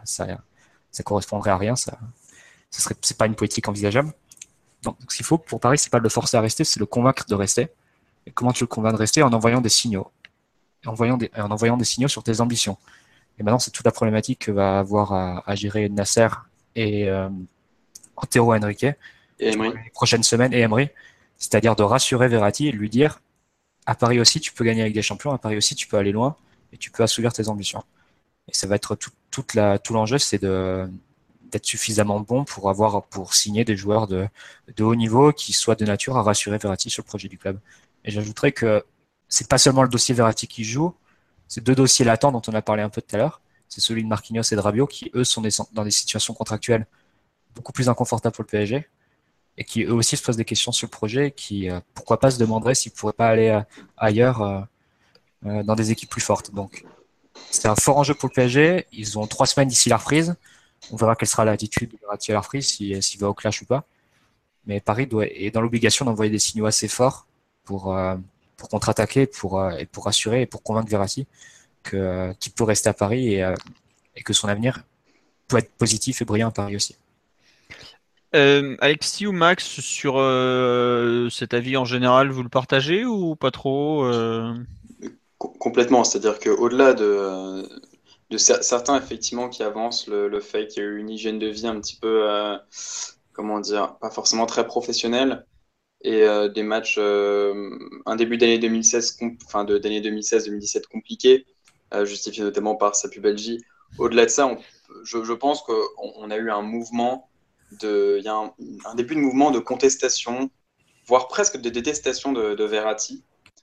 Ça correspondrait à rien. C'est pas une politique envisageable. Donc, ce qu'il faut pour Paris, c'est pas de le forcer à rester, c'est de le convaincre de rester. Et comment tu le convaincs de rester? En envoyant des signaux. En envoyant des signaux sur tes ambitions. Et maintenant, c'est toute la problématique que va avoir à gérer Nasser et Antero Henrique et les prochaines semaines, et Emery, c'est-à-dire de rassurer Verratti et de lui dire à Paris aussi tu peux gagner avec des champions, à Paris aussi tu peux aller loin et tu peux assouvir tes ambitions. Et ça va être tout l'enjeu, c'est d'être suffisamment bon pour signer des joueurs de haut niveau qui soient de nature à rassurer Verratti sur le projet du club. Et j'ajouterais que c'est pas seulement le dossier Verratti qui joue, c'est 2 dossiers latents dont on a parlé un peu tout à l'heure. C'est celui de Marquinhos et de Rabiot qui, eux, sont dans des situations contractuelles beaucoup plus inconfortables pour le PSG. et qui eux aussi se posent des questions sur le projet, qui pourquoi pas se demanderaient s'ils pourraient pas aller ailleurs dans des équipes plus fortes. Donc c'est un fort enjeu pour le PSG. Ils ont 3 semaines d'ici la reprise. On verra quelle sera l'attitude de Verratti à la reprise, s'il va au clash ou pas. Mais Paris est dans l'obligation d'envoyer des signaux assez forts pour contre-attaquer, pour rassurer et pour convaincre Verratti qu'il peut rester à Paris et que son avenir peut être positif et brillant à Paris aussi. Alexis ou Max, sur cet avis en général, vous le partagez ou pas trop Complètement, c'est-à-dire qu'au-delà de certains effectivement qui avancent le fait qu'il y a eu une hygiène de vie un petit peu, comment dire, pas forcément très professionnelle, et des matchs, un début d'année 2016, d'année 2016-2017 compliqué, justifié notamment par sa pubalgie. Au-delà de ça, je pense qu'on a eu un mouvement il y a un début de mouvement de contestation, voire presque de détestation de Verratti,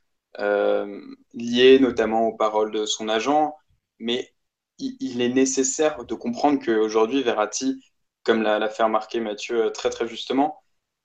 lié notamment aux paroles de son agent, mais il est nécessaire de comprendre qu'aujourd'hui, Verratti, comme l'a fait remarquer Mathieu très très justement,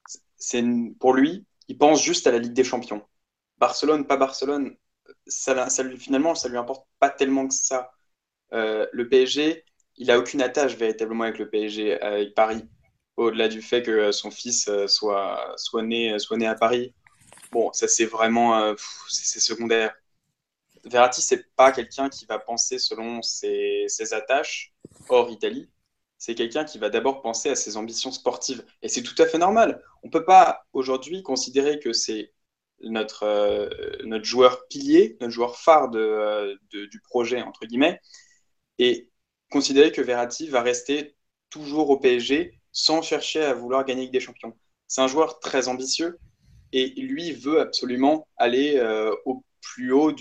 pour lui, il pense juste à la Ligue des Champions. Barcelone, pas Barcelone, finalement, ça lui importe pas tellement que ça. Le PSG, il a aucune attache véritablement avec le PSG, avec Paris, au-delà du fait que son fils soit né à Paris. Bon, ça c'est vraiment c'est secondaire. Verratti, c'est pas quelqu'un qui va penser selon ses attaches hors Italie. C'est quelqu'un qui va d'abord penser à ses ambitions sportives. Et c'est tout à fait normal. On ne peut pas aujourd'hui considérer que c'est notre joueur pilier, notre joueur phare du projet, entre guillemets, et considérer que Verratti va rester toujours au PSG sans chercher à vouloir gagner avec des champions. C'est un joueur très ambitieux et lui veut absolument aller au plus haut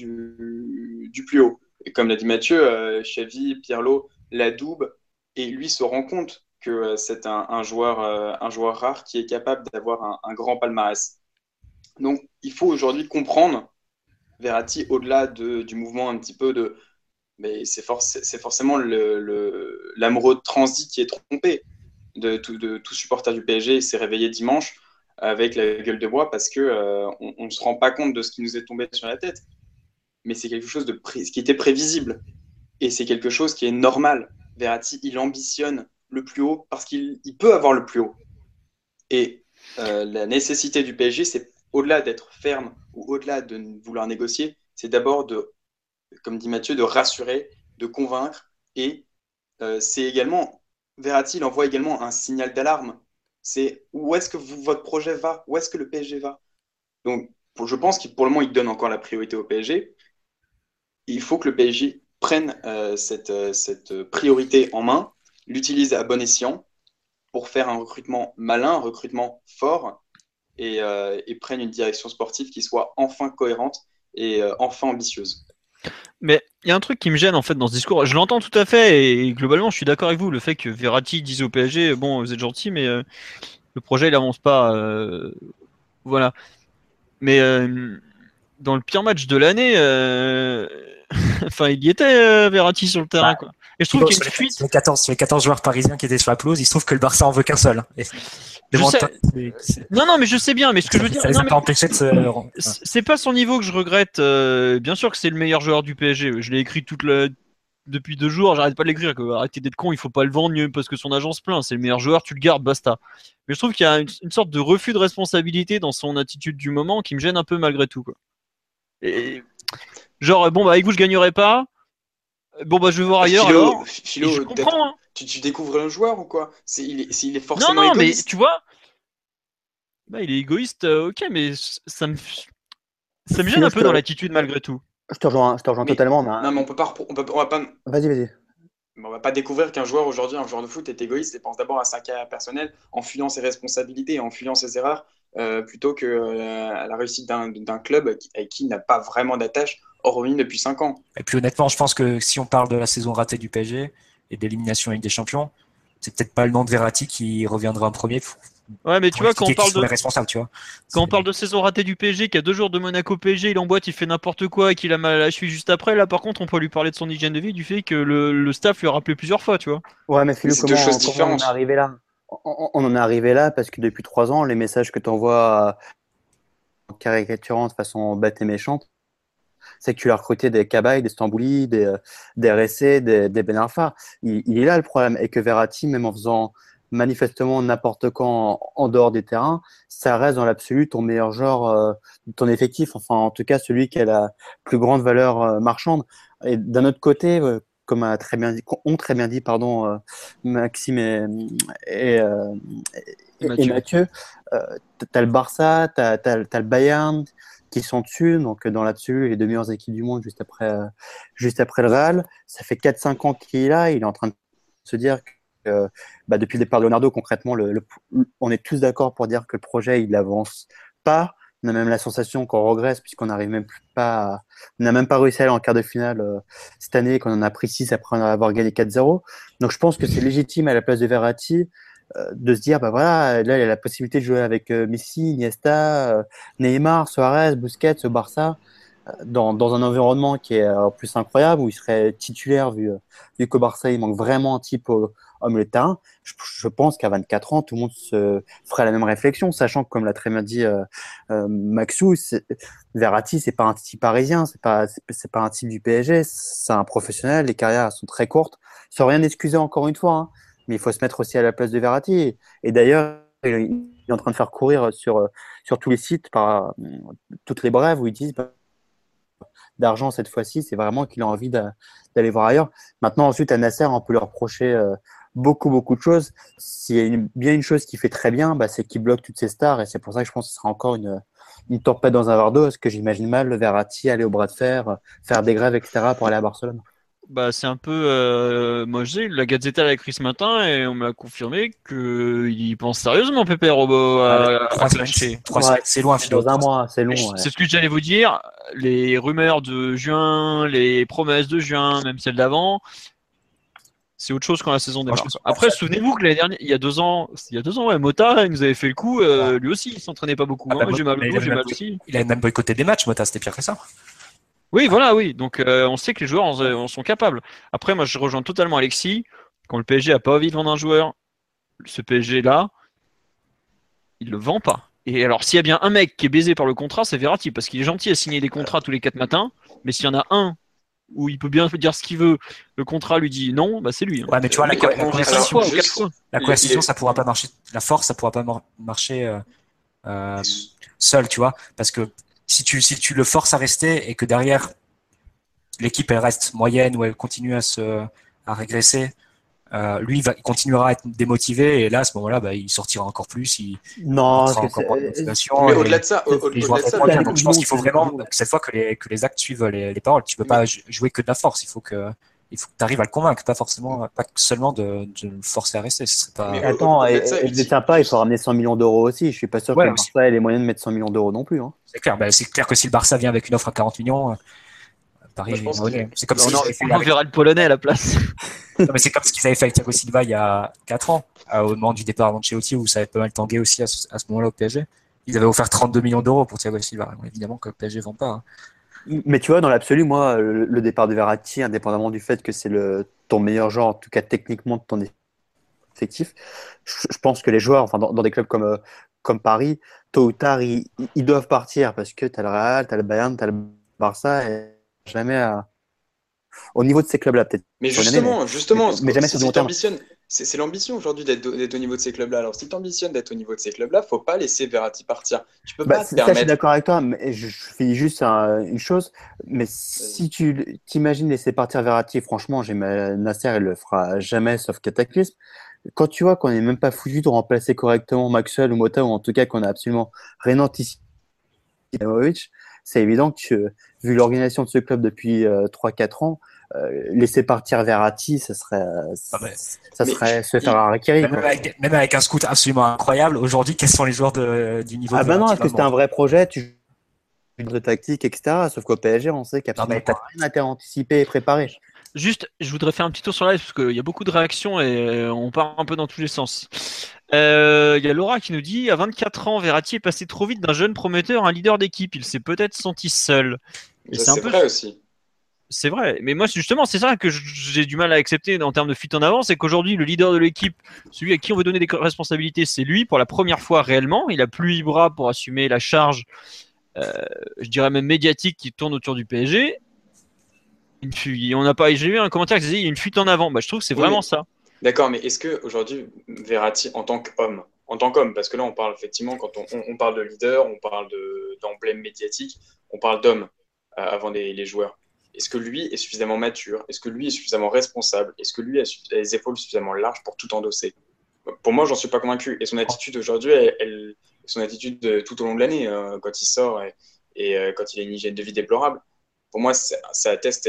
du plus haut. Et comme l'a dit Mathieu, Xavi, Pirlo, l'adoube, et lui se rend compte que c'est un joueur rare qui est capable d'avoir un grand palmarès. Donc il faut aujourd'hui comprendre Verratti au-delà du mouvement un petit peu de... Mais c'est forcément l'amoureux de transit qui est trompé de tout supporter du PSG. Il s'est réveillé dimanche avec la gueule de bois parce qu'on ne se rend pas compte de ce qui nous est tombé sur la tête. Mais c'est quelque chose qui était prévisible. Et c'est quelque chose qui est normal. Verratti, il ambitionne le plus haut parce qu'il peut avoir le plus haut. Et la nécessité du PSG, c'est au-delà d'être ferme ou au-delà de vouloir négocier, c'est d'abord comme dit Mathieu, de rassurer, de convaincre. Et c'est également, Verratti, il envoie également un signal d'alarme. C'est où est-ce que votre projet va? Où est-ce que le PSG va? Donc, je pense qu'il pour le moment, il donne encore la priorité au PSG. Il faut que le PSG prenne cette priorité en main, l'utilise à bon escient pour faire un recrutement malin, un recrutement fort et prenne une direction sportive qui soit enfin cohérente et enfin ambitieuse. Mais il y a un truc qui me gêne en fait dans ce discours. Je l'entends tout à fait et globalement je suis d'accord avec vous. Le fait que Verratti dise au PSG, bon vous êtes gentil mais le projet il avance pas. Voilà. Mais dans le pire match de l'année, enfin il y était Verratti sur le terrain quoi. Et je trouve qu'il y a une fuite. Sur les 14 joueurs parisiens qui étaient sur la pelouse, il se trouve que le Barça en veut qu'un seul. Non, mais je sais bien, mais ce que je veux dire, ça les a pas empêchés de se... c'est pas son niveau que je regrette. Bien sûr que c'est le meilleur joueur du PSG. Je l'ai écrit depuis 2 jours, j'arrête pas de l'écrire. Arrêtez d'être con, il faut pas le vendre parce que son agent se plaint. C'est le meilleur joueur, tu le gardes, basta. Mais je trouve qu'il y a une sorte de refus de responsabilité dans son attitude du moment qui me gêne un peu malgré tout, quoi. Et genre, bon, bah avec vous, je gagnerai pas. Bon, bah je vais voir ailleurs. Philo, je comprends. Hein. Tu découvres un joueur ou quoi? Il est forcément non, égoïste. Mais tu vois, bah, il est égoïste, ok, mais ça me gêne un peu dans l'attitude malgré tout. Je te rejoins totalement. Non, mais on va pas. Vas-y. On va pas découvrir qu'un joueur aujourd'hui, un joueur de foot, est égoïste et pense d'abord à sa carrière personnelle en fuyant ses responsabilités, en fuyant ses erreurs, plutôt que à la réussite d'un club avec qui il n'a pas vraiment d'attache, hormis depuis 5 ans. Et puis honnêtement, je pense que si on parle de la saison ratée du PSG et d'élimination avec des champions, c'est peut-être pas le nom de Verratti qui reviendra en premier. Ouais, mais tu vois, quand on parle on parle de saison ratée du PSG, qui a 2 jours de Monaco PSG, il emboîte, il fait n'importe quoi et qu'il a mal à la cheville juste après, là par contre on peut lui parler de son hygiène de vie, du fait que le staff lui a rappelé plusieurs fois, tu vois. Ouais, mais Philou, comment on est arrivé là? on en est arrivé là parce que depuis 3 ans, les messages que tu envoies en caricaturant de façon bête et méchante, c'est que tu as recruté des Cabaye, des Stambouli, des RSC, des Ben Arfa. Il est là le problème. Et que Verratti, même en faisant manifestement n'importe quoi en dehors des terrains, ça reste dans l'absolu ton meilleur joueur de ton effectif. Enfin, en tout cas, celui qui a la plus grande valeur marchande. Et d'un autre côté, comme ont très bien dit, pardon, Maxime et, euh, et Mathieu, tu as le Barça, tu as le Bayern qui sont dessus, donc dans l'absolu, les deux meilleures équipes du monde juste après le Real. Ça fait 4-5 ans qu'il est là, il est en train de se dire que depuis le départ de Leonardo, concrètement, on est tous d'accord pour dire que le projet, il avance pas. On a même la sensation qu'on regresse puisqu'on n'arrive même plus pas on n'a même pas réussi à aller en quart de finale cette année, qu'on en a pris 6 après avoir gagné 4-0. Donc je pense que c'est légitime à la place de Verratti de se dire, voilà, là, il y a la possibilité de jouer avec Messi, Iniesta, Neymar, Suarez, Busquets, au Barça, dans un environnement qui est plus incroyable, où il serait titulaire, vu qu'au Barça, il manque vraiment un type au milieu de terrain. Je pense qu'à 24 ans, tout le monde se ferait la même réflexion, sachant que, comme l'a très bien dit Maxou, Verratti, c'est pas un type parisien, c'est pas un type du PSG, c'est un professionnel, les carrières sont très courtes, sans rien excuser encore une fois, hein. Mais il faut se mettre aussi à la place de Verratti. Et d'ailleurs, il est en train de faire courir sur tous les sites, par toutes les brèves où ils disent d'argent cette fois-ci, c'est vraiment qu'il a envie d'aller voir ailleurs. Maintenant, ensuite, à Nasser, on peut lui reprocher beaucoup, beaucoup de choses. S'il y a bien une chose qu'il fait très bien, c'est qu'il bloque toutes ces stars. Et c'est pour ça que je pense que ce sera encore une tempête dans un verre d'eau, parce que j'imagine mal le Verratti aller au bras de fer, faire des grèves, etc. pour aller à Barcelone. C'est un peu. Moi, la Gazzetta l'a écrit ce matin et on m'a confirmé qu'il pense sérieusement, Pépé Robot, à clasher. 3 semaines, c'est loin, Philo. Dans un mois, c'est long. Ouais. C'est ce que j'allais vous dire. Les rumeurs de juin, les promesses de juin, même celles d'avant, c'est autre chose quand la saison démarre. Après, souvenez-vous que l'année dernière, il y a 2 ans, ouais, Mota, il nous avait fait le coup. Lui aussi, il s'entraînait pas beaucoup. J'ai mal au dos, j'ai mal aussi. Il a même boycotté des matchs, Mota, c'était pire que ça. Oui, voilà, oui. Donc, on sait que les joueurs en sont capables. Après, moi, je rejoins totalement Alexis. Quand le PSG a pas envie de vendre un joueur, ce PSG-là, il le vend pas. Et alors, s'il y a bien un mec qui est baisé par le contrat, c'est Verratti, parce qu'il est gentil à signer des contrats tous les 4 matins. Mais s'il y en a un où il peut bien dire ce qu'il veut, le contrat lui dit non, c'est lui. Ouais, mais tu vois, la coercition, ça pourra pas marcher. La force, ça pourra pas marcher seul, tu vois, parce que si tu le forces à rester et que derrière l'équipe elle reste moyenne ou elle continue à régresser, lui il continuera à être démotivé et là à ce moment-là il sortira encore plus, il sera encore moins de motivation. Mais au-delà de ça, donc je pense qu'il faut vraiment cette fois que les actes suivent les paroles. Tu peux pas jouer que de la force, il faut que tu arrives à le convaincre, pas seulement de le forcer à rester. Ce serait pas... Mais attends, et sympa, il faut ramener 100 millions d'euros aussi. Je suis pas sûr que le Barça ait les moyens de mettre 100 millions d'euros non plus. Hein. C'est clair. C'est clair que si le Barça vient avec une offre à 40 millions, Paris, c'est comme on verra le Polonais à la place. Non, mais c'est comme ce qu'ils avaient fait avec Thiago Silva il y a 4 ans, au moment du départ d'Ancelotti, où ça avait pas mal tangué aussi à ce moment-là au PSG. Ils avaient offert 32 millions d'euros pour Thiago Silva. Donc, évidemment que le PSG ne vend pas. Hein. Mais tu vois, dans l'absolu, moi, le départ de Verratti, indépendamment du fait que c'est ton meilleur joueur, en tout cas techniquement de ton effectif, je pense que les joueurs, enfin, dans des clubs comme Paris, tôt ou tard, ils doivent partir parce que tu as le Real, tu as le Bayern, tu as le Barça, et jamais au niveau de ces clubs-là, peut-être. Mais justement, mais jamais sur c'est l'ambition aujourd'hui d'être au niveau de ces clubs-là. Alors, si tu ambitionnes d'être au niveau de ces clubs-là, faut pas laisser Verratti partir. Tu peux pas te permettre. Je suis d'accord avec toi, mais je finis juste une chose. Mais si tu t'imagines laisser partir Verratti, franchement, Nasser, il le fera jamais, sauf cataclysme. Quand tu vois qu'on n'est même pas foutu de remplacer correctement Maxwell ou Mota, ou en tout cas qu'on a absolument rien anticipé, c'est évident que, vu l'organisation de ce club depuis 3-4 ans, laisser partir Verratti, ça serait se faire harakiri. Même avec un scout absolument incroyable, aujourd'hui, quels sont les joueurs du niveau de Verratti? Est-ce que c'était un vrai projet? Tu joues de tactique, etc. Sauf qu'au PSG, on sait qu'il n'y a absolument rien à été anticipé et préparé. Juste, je voudrais faire un petit tour sur live parce qu'il y a beaucoup de réactions et on part un peu dans tous les sens. Il y a Laura qui nous dit: à 24 ans, Verratti est passé trop vite d'un jeune prometteur à un leader d'équipe. Il s'est peut-être senti seul. Et c'est vrai aussi. C'est vrai, mais moi justement c'est ça que j'ai du mal à accepter en termes de fuite en avant, c'est qu'aujourd'hui le leader de l'équipe, celui à qui on veut donner des responsabilités, c'est lui pour la première fois réellement. Il a plus les bras pour assumer la charge, je dirais même médiatique qui tourne autour du PSG. On n'a pas, j'ai vu un commentaire qui disait il y a une fuite en avant. Bah, je trouve que c'est vraiment ça. D'accord, mais est-ce que aujourd'hui Verratti en tant qu'homme, parce que là on parle effectivement quand on parle de leader, on parle d'emblème médiatique, on parle d'homme avant les joueurs. Est-ce que lui est suffisamment mature? Est-ce que lui est suffisamment responsable? Est-ce que lui a les épaules suffisamment larges pour tout endosser? Pour moi, j'en suis pas convaincu. Et son attitude aujourd'hui, son attitude tout au long de l'année, quand il sort et quand il a une hygiène de vie déplorable, pour moi, ça atteste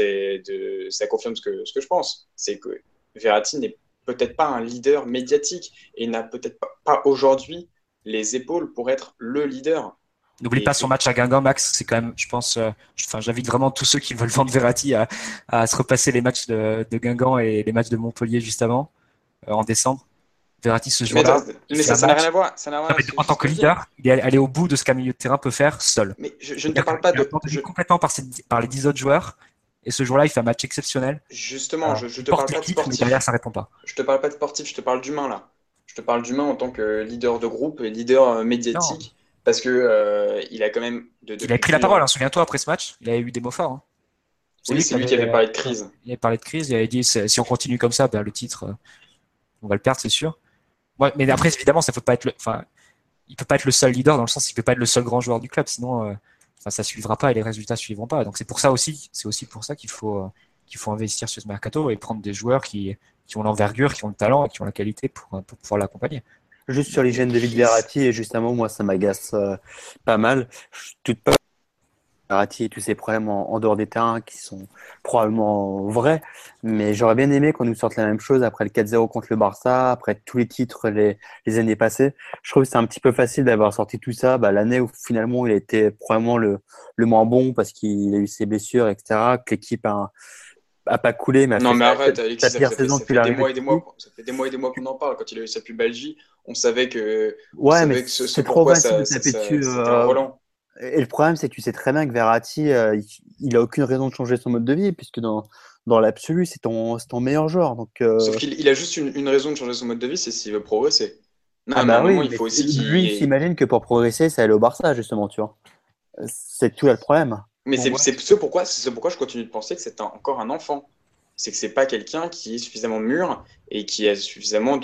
ça confirme ce que je pense. C'est que Verratti n'est peut-être pas un leader médiatique et n'a peut-être pas aujourd'hui les épaules pour être le leader. N'oublie pas son match à Guingamp, Max. C'est quand même, je pense, j'invite vraiment tous ceux qui veulent vendre Verratti à se repasser les matchs de Guingamp et les matchs de Montpellier juste avant, en décembre. Verratti, ce jour-là. Mais ça n'a rien à voir. En tant que leader, il est allé au bout de ce qu'un milieu de terrain peut faire seul. Mais je ne te parle pas de. Complètement par les 10 autres joueurs. Et ce jour-là, il fait un match exceptionnel. Justement, je te parle pas de sportif. Mais derrière, ça répond pas. Je te parle pas de sportif, je te parle d'humain là. Je te parle d'humain en tant que leader de groupe et leader médiatique. Non. Parce que il a quand même. Il avait pris la parole, hein, souviens-toi, après ce match. Il avait eu des mots forts. Hein. C'est lui qui avait parlé de crise. Il avait parlé de crise. Il avait dit si on continue comme ça, le titre, on va le perdre, c'est sûr. Ouais, mais après, évidemment, ça peut pas être il peut pas être le seul leader dans le sens qu'il peut pas être le seul grand joueur du club, sinon ça suivra pas et les résultats suivront pas. Donc c'est aussi pour ça qu'il faut investir sur ce mercato et prendre des joueurs qui ont l'envergure, qui ont le talent et qui ont la qualité pour pouvoir l'accompagner. Juste sur l'hygiène de vie de Verratti, et juste un mot, moi ça m'agace pas mal. Toute peur Verratti et tous ces problèmes en dehors des terrains qui sont probablement vrais, mais j'aurais bien aimé qu'on nous sorte la même chose après le 4-0 contre le Barça, après tous les titres les années passées. Je trouve que c'est un petit peu facile d'avoir sorti tout ça l'année où finalement il a été probablement le moins bon parce qu'il a eu ses blessures, etc., que l'équipe a pas coulé, mais non, mais arrête, Alexis, ça fait des mois et des mois qu'on en parle. Quand il a eu sa pubalgie, on savait que c'est trop facile de taper dessus. Et le problème, c'est que tu sais très bien que Verratti, il a aucune raison de changer son mode de vie, puisque dans l'absolu, c'est ton meilleur joueur. Donc, sauf qu'il a juste une raison de changer son mode de vie, c'est s'il veut progresser. Non, il faut aussi lui, il s'imagine que pour progresser, c'est aller au Barça, justement, tu vois. C'est tout là le problème. Mais c'est ce pourquoi je continue de penser que c'est encore un enfant. C'est que c'est pas quelqu'un qui est suffisamment mûr et qui a suffisamment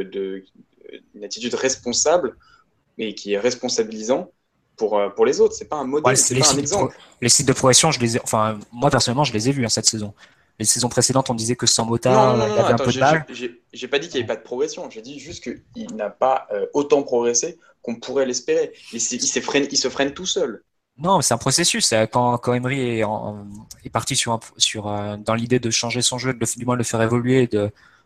une attitude responsable et qui est responsabilisant pour les autres. C'est pas un modèle, c'est pas un exemple. Les sites de progression, moi personnellement, je les ai vus cette saison. Les saisons précédentes, on disait que sans Mota, il avait un peu de mal. J'ai pas dit qu'il n'y avait pas de progression. J'ai dit juste qu'il n'a pas autant progressé qu'on pourrait l'espérer. Il se freine tout seul. Non, mais c'est un processus. Quand Emery est parti dans l'idée de changer son jeu, du moins de le faire évoluer, de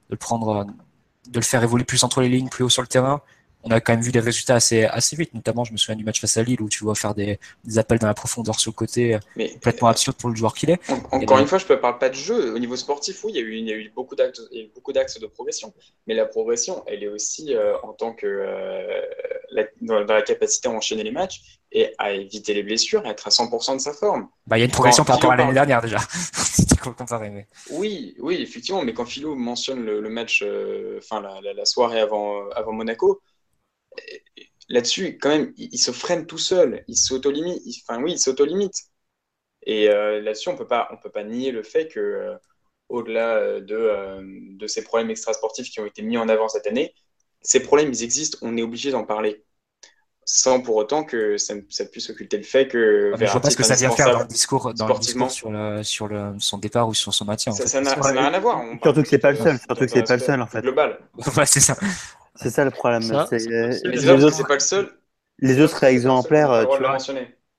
le faire évoluer plus entre les lignes, plus haut sur le terrain, on a quand même vu des résultats assez vite. Notamment, je me souviens du match face à Lille où tu vois faire des appels dans la profondeur sur le côté, complètement absurde pour le joueur qu'il est. Encore une fois, je ne parle pas de jeu. Au niveau sportif, oui, il y a eu beaucoup d'axes de progression. Mais la progression, elle est aussi en tant que dans la capacité à enchaîner les matchs et à éviter les blessures, à être à 100% de sa forme. Il y a une progression par rapport à l'année dernière déjà, si tu peux comparer. Mais... Oui, effectivement, mais quand Philo mentionne le match, la soirée avant Monaco, là-dessus, quand même, il se freine tout seul, il s'auto-limite. Il s'auto-limite. Et là-dessus, on peut pas nier le fait que, au-delà de ces problèmes extrasportifs qui ont été mis en avant cette année, ces problèmes, ils existent, on est obligé d'en parler. Sans pour autant que ça puisse occulter le fait que je vois pas ce que ça vient faire dans le discours sur son départ ou sur son maintien. Ça n'a rien à voir. Surtout que c'est pas le seul. En fait. Global. Ouais, c'est ça. C'est ça le problème. Les autres, c'est pas le seul. Les autres seraient exemplaires. Tu vois.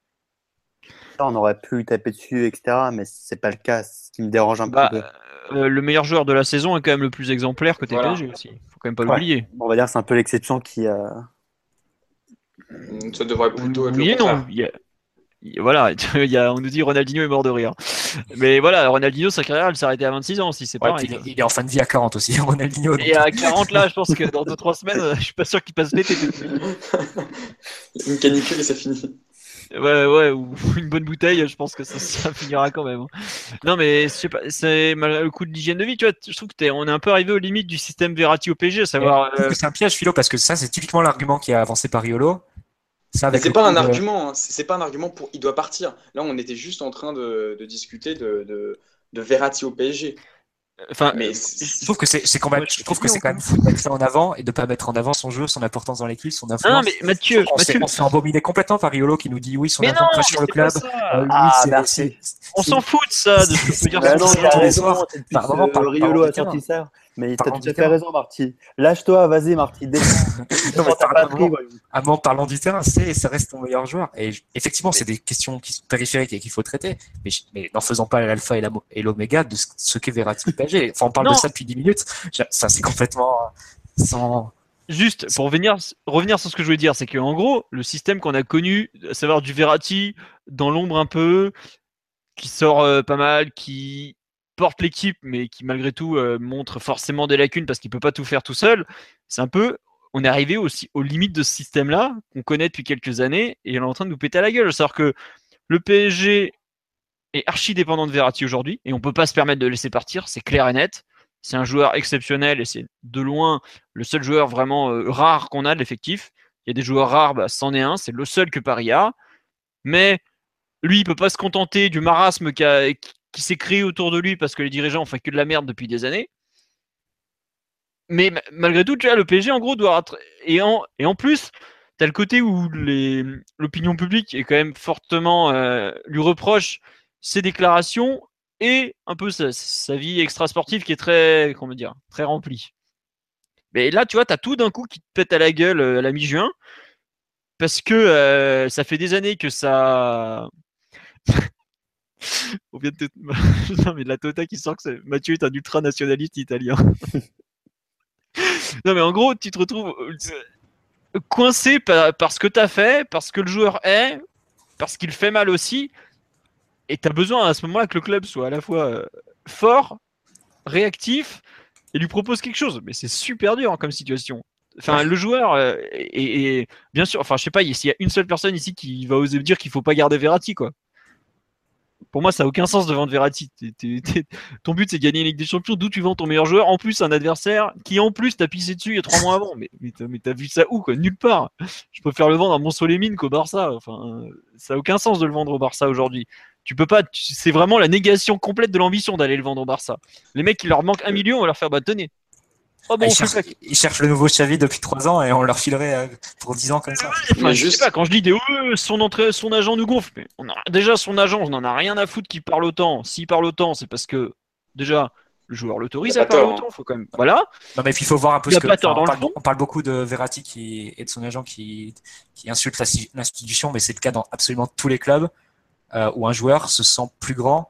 On aurait pu taper dessus, etc. Mais c'est pas le cas. Ce qui me dérange un peu. Le meilleur joueur de la saison est quand même le plus exemplaire côté PSG aussi. Faut quand même pas l'oublier. On va dire que c'est un peu l'exception qui. Ça devrait plutôt être oui, le contraire. Voilà, on nous dit Ronaldinho est mort de rire. Mais voilà, Ronaldinho, sa carrière, elle s'arrêtait à 26 ans aussi, c'est pareil. Il est en fin de vie à 40 aussi, Ronaldinho. Et à 40 là, je pense que dans 2-3 semaines, je suis pas sûr qu'il passe l'été. Une canicule et c'est fini. Ouais, ou une bonne bouteille, je pense que ça finira quand même. Non, mais je sais pas, c'est malgré le coup de l'hygiène de vie, tu vois. Je trouve que on est un peu arrivé aux limites du système Verratti au PSG, à Mais savoir. je trouve que c'est un piège, Philo, parce que ça, c'est typiquement l'argument qui est avancé par Riolo. Ça, Mais avec c'est le pas coup un de. argument, hein. C'est pas un argument pour il doit partir. Là, on était juste en train de discuter de Verratti au PSG. Enfin, Mais Je trouve que c'est quand même, moi, je je te trouve que dis, c'est on quand peut. même fou de mettre ça en avant et de pas mettre en avant son jeu, son importance dans l'équipe, son Ah non, influence. mais Je trouve Mathieu, on se fait embobiner complètement par Riolo qui nous dit oui, son mais non, agent crache mais sur le c'est pas club. ça. Lui, Ah, merci. On s'en fout de ça, de ce que peut dire Bah son non, c'est il a agent. tous les raison, soirs. c'est depuis Enfin, vraiment, parlons Riolo du a sorti terrain. ça. Mais t'as Parlons tout du à fait terrain. raison, Marty. Lâche-toi, vas-y, Marty, descends. Non, mais Descends ta patrie, voyons. à un moment, parlant du terrain, ça reste ton meilleur joueur. Et effectivement, c'est des questions qui sont périphériques et qu'il faut traiter. Mais n'en faisant pas l'alpha et l'oméga de ce qu'est Verratti au PSG. Enfin, on parle de Non, ça depuis 10 minutes. Ça, c'est complètement sans. juste pour revenir sur ce que je voulais dire, c'est qu'en gros, le système qu'on a connu, à savoir du Verratti dans l'ombre un peu, qui sort pas mal, qui porte l'équipe, mais qui malgré tout montre forcément des lacunes parce qu'il peut pas tout faire tout seul. C'est un peu, on est arrivé aussi aux limites de ce système-là qu'on connaît depuis quelques années et on est en train de nous péter à la gueule. C'est-à-dire que le PSG est archi dépendant de Verratti aujourd'hui et on peut pas se permettre de le laisser partir, c'est clair et net. C'est un joueur exceptionnel et c'est de loin le seul joueur vraiment rare qu'on a de l'effectif. Il y a des joueurs rares, bah, c'en est un, c'est le seul que Paris a. Mais lui, il peut pas se contenter du marasme qui s'est créé autour de lui parce que les dirigeants ont fait que de la merde depuis des années. Mais malgré tout, tu vois, le PSG, en gros, doit être. Et en plus, tu as le côté où l'opinion publique est quand même fortement lui reproche ses déclarations et un peu sa vie extra-sportive qui est très, comment dire, très remplie. Mais là, tu vois, tu as tout d'un coup qui te pète à la gueule à la mi-juin parce que ça fait des années que ça. On vient de non, mais la Tota qui sort que Mathieu est un ultranationaliste italien. Non, mais en gros, tu te retrouves coincé par ce que tu as fait, parce que le joueur est, parce qu'il fait mal aussi. Et tu as besoin à ce moment-là que le club soit à la fois fort, réactif et lui propose quelque chose. Mais c'est super dur hein, comme situation. Enfin, le joueur et bien sûr, enfin, je sais pas, s'il y a une seule personne ici qui va oser dire qu'il faut pas garder Verratti, quoi. Pour moi, ça n'a aucun sens de vendre Verratti. Ton but, c'est gagner une Ligue des Champions, d'où tu vends ton meilleur joueur. En plus, un adversaire qui, en plus, t'a pissé dessus il y a 3 mois avant. Mais t'as vu ça où, quoi? Nulle part. Je préfère le vendre à Montsolémine qu'au Barça. Enfin, ça n'a aucun sens de le vendre au Barça aujourd'hui. Tu peux pas. C'est vraiment la négation complète de l'ambition d'aller le vendre au Barça. Les mecs, il leur manque 1 million, on va leur faire bah tenez. Oh bon, Ils cherchent le nouveau Xavi depuis 3 ans et on leur filerait pour 10 ans comme ça. Enfin, je sais pas, quand je dis son agent nous gonfle, mais déjà son agent, on n'en a rien à foutre qu'il parle autant. S'il parle autant, c'est parce que déjà le joueur l'autorise à parler autant. Faut quand même, voilà. Non mais il faut voir un peu ce que. On parle beaucoup de Verratti et de son agent qui insulte l'institution, mais c'est le cas dans absolument tous les clubs où un joueur se sent plus grand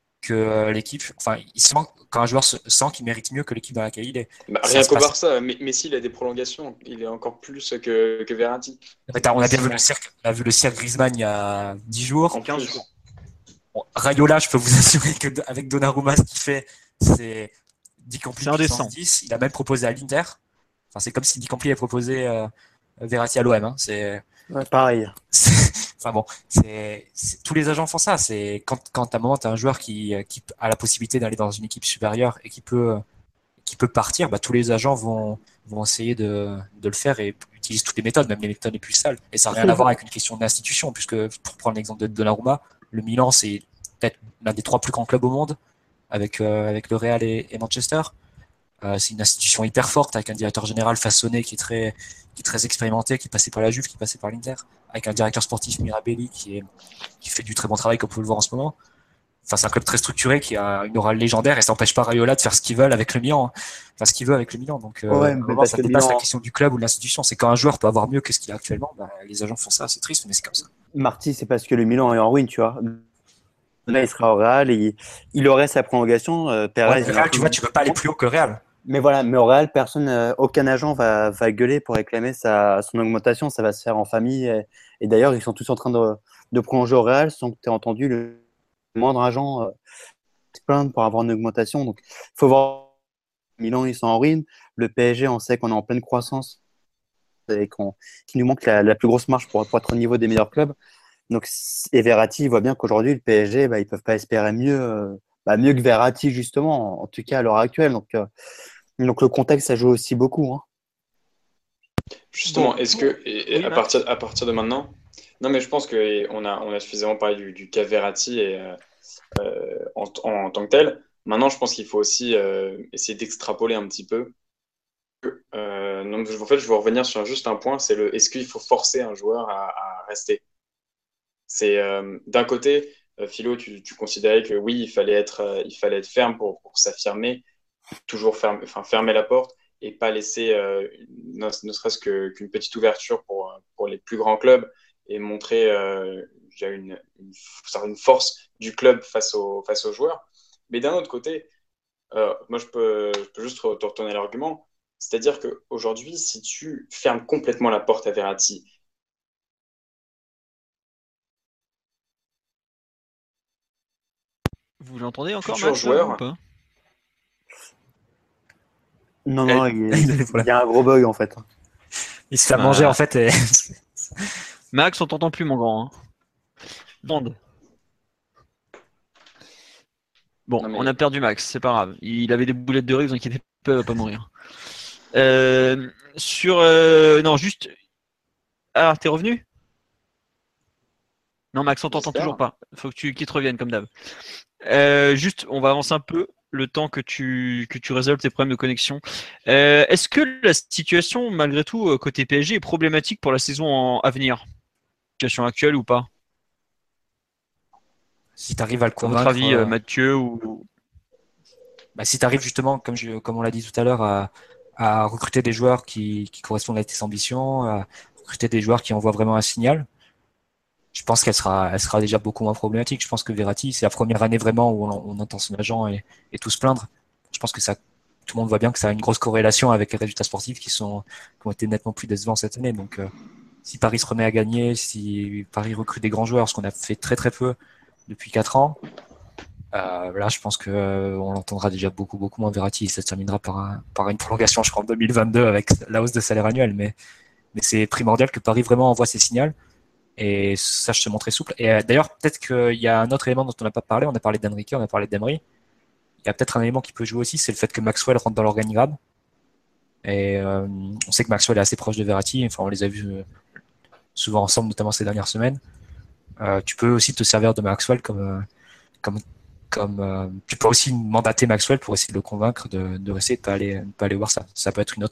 que l'équipe. Enfin, quand un joueur se sent qu'il mérite mieux que l'équipe dans laquelle il est. Bah, rien qu'au Barça, Messi il a des prolongations, il est encore plus que Verratti. On a bien vu le cirque Griezmann il y a 10 jours. En 15 jours. Bon, Rayola, je peux vous assurer qu'avec Donnarumma, ce qu'il fait, c'est Di Campli puissance 10. Il a même proposé à l'Inter. Enfin, c'est comme si Di Campli avait proposé Verratti à l'OM. Hein. Ouais, pareil. Enfin bon, tous les agents font ça. C'est quand à un moment tu as un joueur qui a la possibilité d'aller dans une équipe supérieure et qui peut partir, bah, tous les agents vont essayer de le faire et utilisent toutes les méthodes, même les méthodes les plus sales. Et ça n'a rien à voir avec une question d'institution, puisque pour prendre l'exemple de Donnarumma, le Milan c'est peut-être l'un des 3 plus grands clubs au monde, avec le Real et Manchester. C'est une institution hyper forte avec un directeur général façonné qui est très expérimenté, qui est passé par la Juve, qui est passé par l'Inter, avec un directeur sportif Mirabelli qui fait du très bon travail comme on peut le voir en ce moment. Enfin, c'est un club très structuré qui a une aura légendaire et ça n'empêche pas Raiola de faire ce qu'il veut avec le Milan. Enfin, ce qu'il veut avec le Milan. Donc, vraiment, ça dépasse la question du club ou de l'institution. C'est quand un joueur peut avoir mieux que ce qu'il a actuellement, bah, les agents font ça. C'est triste, mais c'est comme ça. Marty, c'est parce que le Milan est en ruine, tu vois. Là, il sera au Real et il aurait sa prolongation. Perez, Real, tu vois, tu peux pas aller plus haut que Real. Mais voilà, mais au Real, aucun agent va gueuler pour réclamer son augmentation. Ça va se faire en famille. Et d'ailleurs, ils sont tous en train de prolonger au Real sans que tu aies entendu le moindre agent se plaindre pour avoir une augmentation. Donc, il faut voir. Milan, ils sont en ruine. Le PSG, on sait qu'on est en pleine croissance et qu'il nous manque la plus grosse marche pour être au niveau des meilleurs clubs. Donc, et Verratti, il voit bien qu'aujourd'hui, le PSG, ils peuvent pas espérer mieux que Verratti, justement, en tout cas à l'heure actuelle. Donc le contexte, ça joue aussi beaucoup, hein. Justement, Bon, est-ce que, et oui, Max. à partir de maintenant, non, mais je pense on a suffisamment parlé du cas Verratti en tant que tel. Maintenant, je pense qu'il faut aussi essayer d'extrapoler un petit peu. Donc, en fait, je veux revenir sur juste un point, c'est est-ce qu'il faut forcer un joueur à rester? C'est d'un côté, Philo, tu considérais que oui, il fallait être ferme pour s'affirmer, toujours fermer la porte et pas laisser ne serait-ce qu'une petite ouverture pour les plus grands clubs et montrer une force du club face aux joueurs. Mais d'un autre côté, moi je peux juste te retourner l'argument, c'est-à-dire qu'aujourd'hui, si tu fermes complètement la porte à Verratti, Vous l'entendez encore, futur Max, là, vous, ou joueur, pas? Non, Eh, non, Il a des il problèmes. y a un gros bug, en fait. Il se fait manger en fait. Et... Max, on t'entend plus, mon grand. Hein. Bande. Bon, non on a mais perdu Max, c'est pas grave. Il avait des boulettes de riz, vous inquiétez pas, il va pas mourir. Non, juste. Ah, t'es revenu? Non, Max, on t'entend toujours j'espère. pas. Faut qu'il te revienne comme d'hab. Juste, on va avancer un peu le temps que tu résolves tes problèmes de connexion. Est-ce que la situation, malgré tout, côté PSG, est problématique pour la saison à venir? Situation actuelle ou pas? si tu arrives à le À votre convaincre, avis, Mathieu ou... si tu arrives justement, comme on l'a dit tout à l'heure, à recruter des joueurs qui correspondent à tes ambitions, à recruter des joueurs qui envoient vraiment un signal, je pense elle sera déjà beaucoup moins problématique. Je pense que Verratti, c'est la première année vraiment où on entend son agent et tout se plaindre. Je pense que tout le monde voit bien que ça a une grosse corrélation avec les résultats sportifs qui ont été nettement plus décevants cette année. Donc, si Paris se remet à gagner, si Paris recrute des grands joueurs, ce qu'on a fait très très peu depuis 4 ans, là, je pense que on l'entendra déjà beaucoup beaucoup moins Verratti. Ça se terminera par une prolongation, je crois, en 2022 avec la hausse de salaire annuel. Mais c'est primordial que Paris vraiment envoie ses signaux et sache se montrer souple. Et d'ailleurs, peut-être qu'il y a un autre élément dont on n'a pas parlé. On a parlé d'Enrique, on a parlé d'Emery. Il y a peut-être un élément qui peut jouer aussi, c'est le fait que Maxwell rentre dans l'organigramme. Et on sait que Maxwell est assez proche de Verratti. Enfin, on les a vus souvent ensemble, notamment ces dernières semaines. Tu peux aussi te servir de Maxwell comme tu peux aussi mandater Maxwell pour essayer de le convaincre de rester, de pas aller voir ça. Ça peut être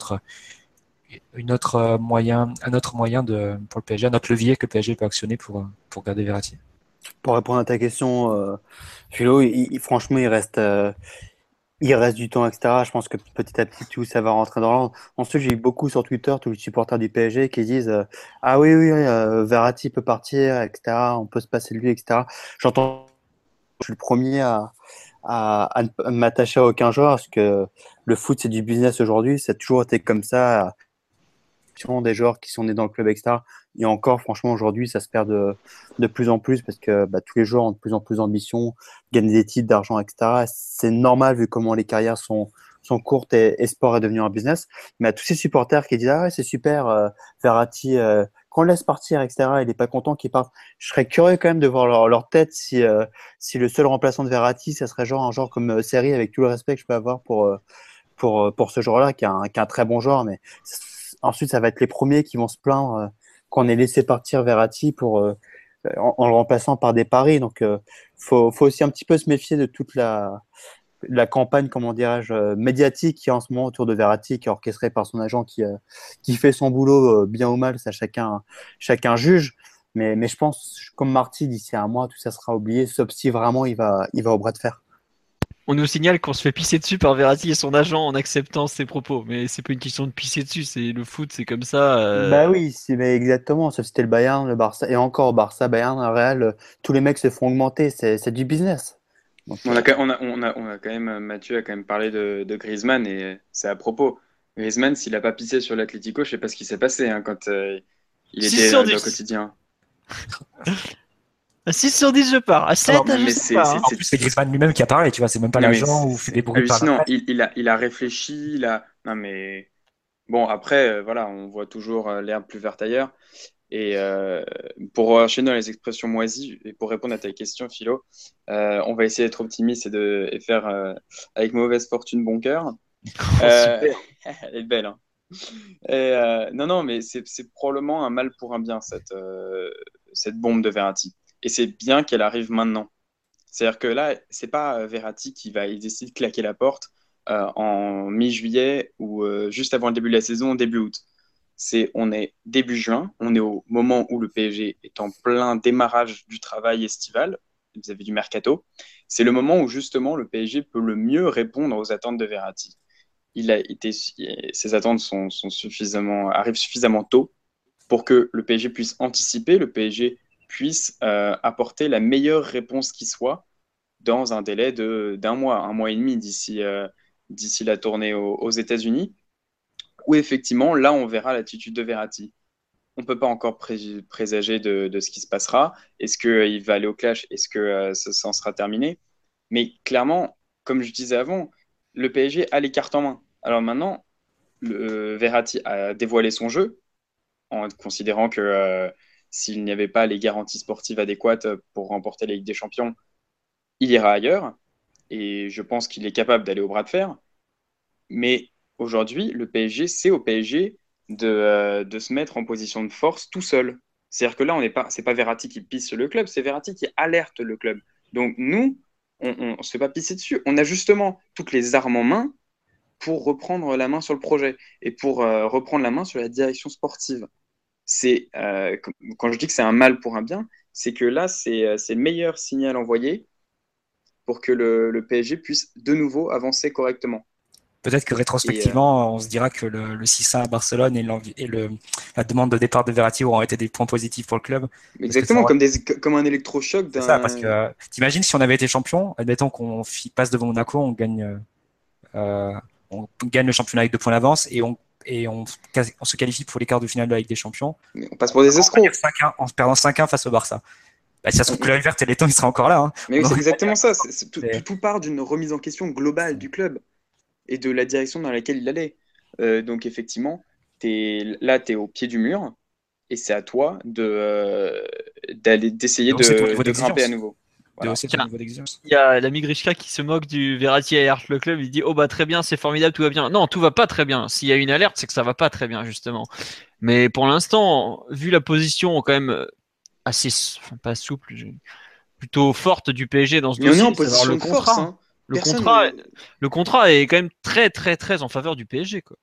un autre moyen pour le PSG, un autre levier que le PSG peut actionner pour garder Verratti. Pour répondre à ta question, Philo, franchement, il reste du temps, etc. Je pense que petit à petit, tout ça va rentrer dans l'ordre. Ensuite, j'ai eu beaucoup sur Twitter, tous les supporters du PSG qui disent ah oui, oui, Verratti peut partir, etc. On peut se passer de lui, etc. J'entends, je suis le premier à ne m'attacher à aucun joueur parce que le foot, c'est du business aujourd'hui. Ça a toujours été comme ça. Des joueurs qui sont nés dans le club, etc. Et encore, franchement, aujourd'hui, ça se perd de plus en plus parce que tous les joueurs ont de plus en plus d'ambition, gagnent des titres, d'argent, etc. C'est normal vu comment les carrières sont courtes et sport est devenu un business. Mais à tous ces supporters qui disent ah ouais, c'est super, Verratti, qu'on le laisse partir, etc. Il n'est pas content qu'il parte. Je serais curieux quand même de voir leur tête si le seul remplaçant de Verratti, ça serait un genre comme Seri, avec tout le respect que je peux avoir pour ce joueur-là, qui est un très bon joueur, mais ensuite, ça va être les premiers qui vont se plaindre qu'on ait laissé partir Verratti en le remplaçant par des paris. Donc, faut aussi un petit peu se méfier de toute la campagne, comment dirais-je, médiatique qui est en ce moment autour de Verratti, qui est orchestrée par son agent qui fait son boulot bien ou mal, ça chacun juge. Mais je pense, comme Marty, d'ici un mois, tout ça sera oublié, sauf si vraiment il va au bras de fer. On nous signale qu'on se fait pisser dessus par Verratti et son agent en acceptant ses propos. Mais c'est pas une question de pisser dessus, c'est le foot, c'est comme ça. Bah oui, mais exactement. Sauf si c'était le Bayern, le Barça, et encore Barça, Bayern, Real, tous les mecs se font augmenter. C'est du business. Donc, On a quand même, Mathieu a quand même parlé de Griezmann et c'est à propos. Griezmann, s'il a pas pissé sur l'Atlético, je sais pas ce qui s'est passé quand il 6 était sur dans le 10. quotidien. À 6 sur 10, je pars. À 7, Non, je mais sais pas. Hein. En plus, c'est Griezmann lui-même qui a parlé, tu vois, c'est même pas non, mais l'agent ou fait des c'est bruits par hallucinant. après. Il a réfléchi, non mais bon après voilà, on voit toujours l'herbe plus verte ailleurs. Et pour enchaîner dans les expressions moisies, et pour répondre à ta question, Philo, on va essayer d'être optimiste et faire avec mauvaise fortune bon cœur. Super. Elle est belle, hein. Non, mais c'est probablement un mal pour un bien, cette bombe de Verratti. Et c'est bien qu'elle arrive maintenant. C'est-à-dire que là, c'est pas Verratti il décide de claquer la porte en mi-juillet ou juste avant le début de la saison, début août. On est début juin, on est au moment où le PSG est en plein démarrage du travail estival vis-à-vis du mercato. C'est le moment où justement le PSG peut le mieux répondre aux attentes de Verratti. Ses attentes arrivent suffisamment tôt pour que le PSG puisse anticiper, le PSG puisse apporter la meilleure réponse qui soit dans un délai d'un mois, un mois et demi d'ici la tournée aux États-Unis, où effectivement, là, on verra l'attitude de Verratti. On ne peut pas encore présager de ce qui se passera. Est-ce qu'il va aller au clash? Est-ce que ça en sera terminé? Mais clairement, comme je disais avant, le PSG a les cartes en main. Alors maintenant, Verratti a dévoilé son jeu en considérant que s'il n'y avait pas les garanties sportives adéquates pour remporter la Ligue des Champions, il ira ailleurs. Et je pense qu'il est capable d'aller au bras de fer. Mais aujourd'hui, le PSG, c'est au PSG de se mettre en position de force tout seul. C'est-à-dire que là, c'est pas Verratti qui pisse le club, c'est Verratti qui alerte le club. Donc nous, on ne se fait pas pisser dessus. On a justement toutes les armes en main pour reprendre la main sur le projet et pour reprendre la main sur la direction sportive. Quand je dis que c'est un mal pour un bien, c'est que là, c'est le meilleur signal envoyé pour que le PSG puisse de nouveau avancer correctement. Peut-être que rétrospectivement, on se dira que le 6-1 à Barcelone et la demande de départ de Verratti auront été des points positifs pour le club. Exactement, comme un électrochoc. C'est ça, parce que t'imagines si on avait été champion, admettons qu'on passe devant Monaco, on gagne le championnat avec 2 points d'avance et on se qualifie pour les quarts de finale de la Ligue des Champions. Mais on passe pour des escrocs. En se perdant 5-1 face au Barça. Bah, si ça se trouve que l'œil vert et les temps, il sera encore là. Hein. Mais oui, c'est exactement ça. Tout part d'une remise en question globale du club et de la direction dans laquelle il allait. Donc effectivement, t'es au pied du mur et c'est à toi d'essayer de grimper à nouveau. Voilà. Il y a l'ami Grishka qui se moque du Verratti alerte le club. Il dit oh bah très bien, c'est formidable, tout va bien. Non, tout va pas très bien. S'il y a une alerte, c'est que ça va pas très bien justement. Mais pour l'instant, vu la position quand même assez, pas souple, plutôt forte du PSG dans ce dossier, on est en position de force. Hein. Le contrat est quand même très très très en faveur du PSG quoi.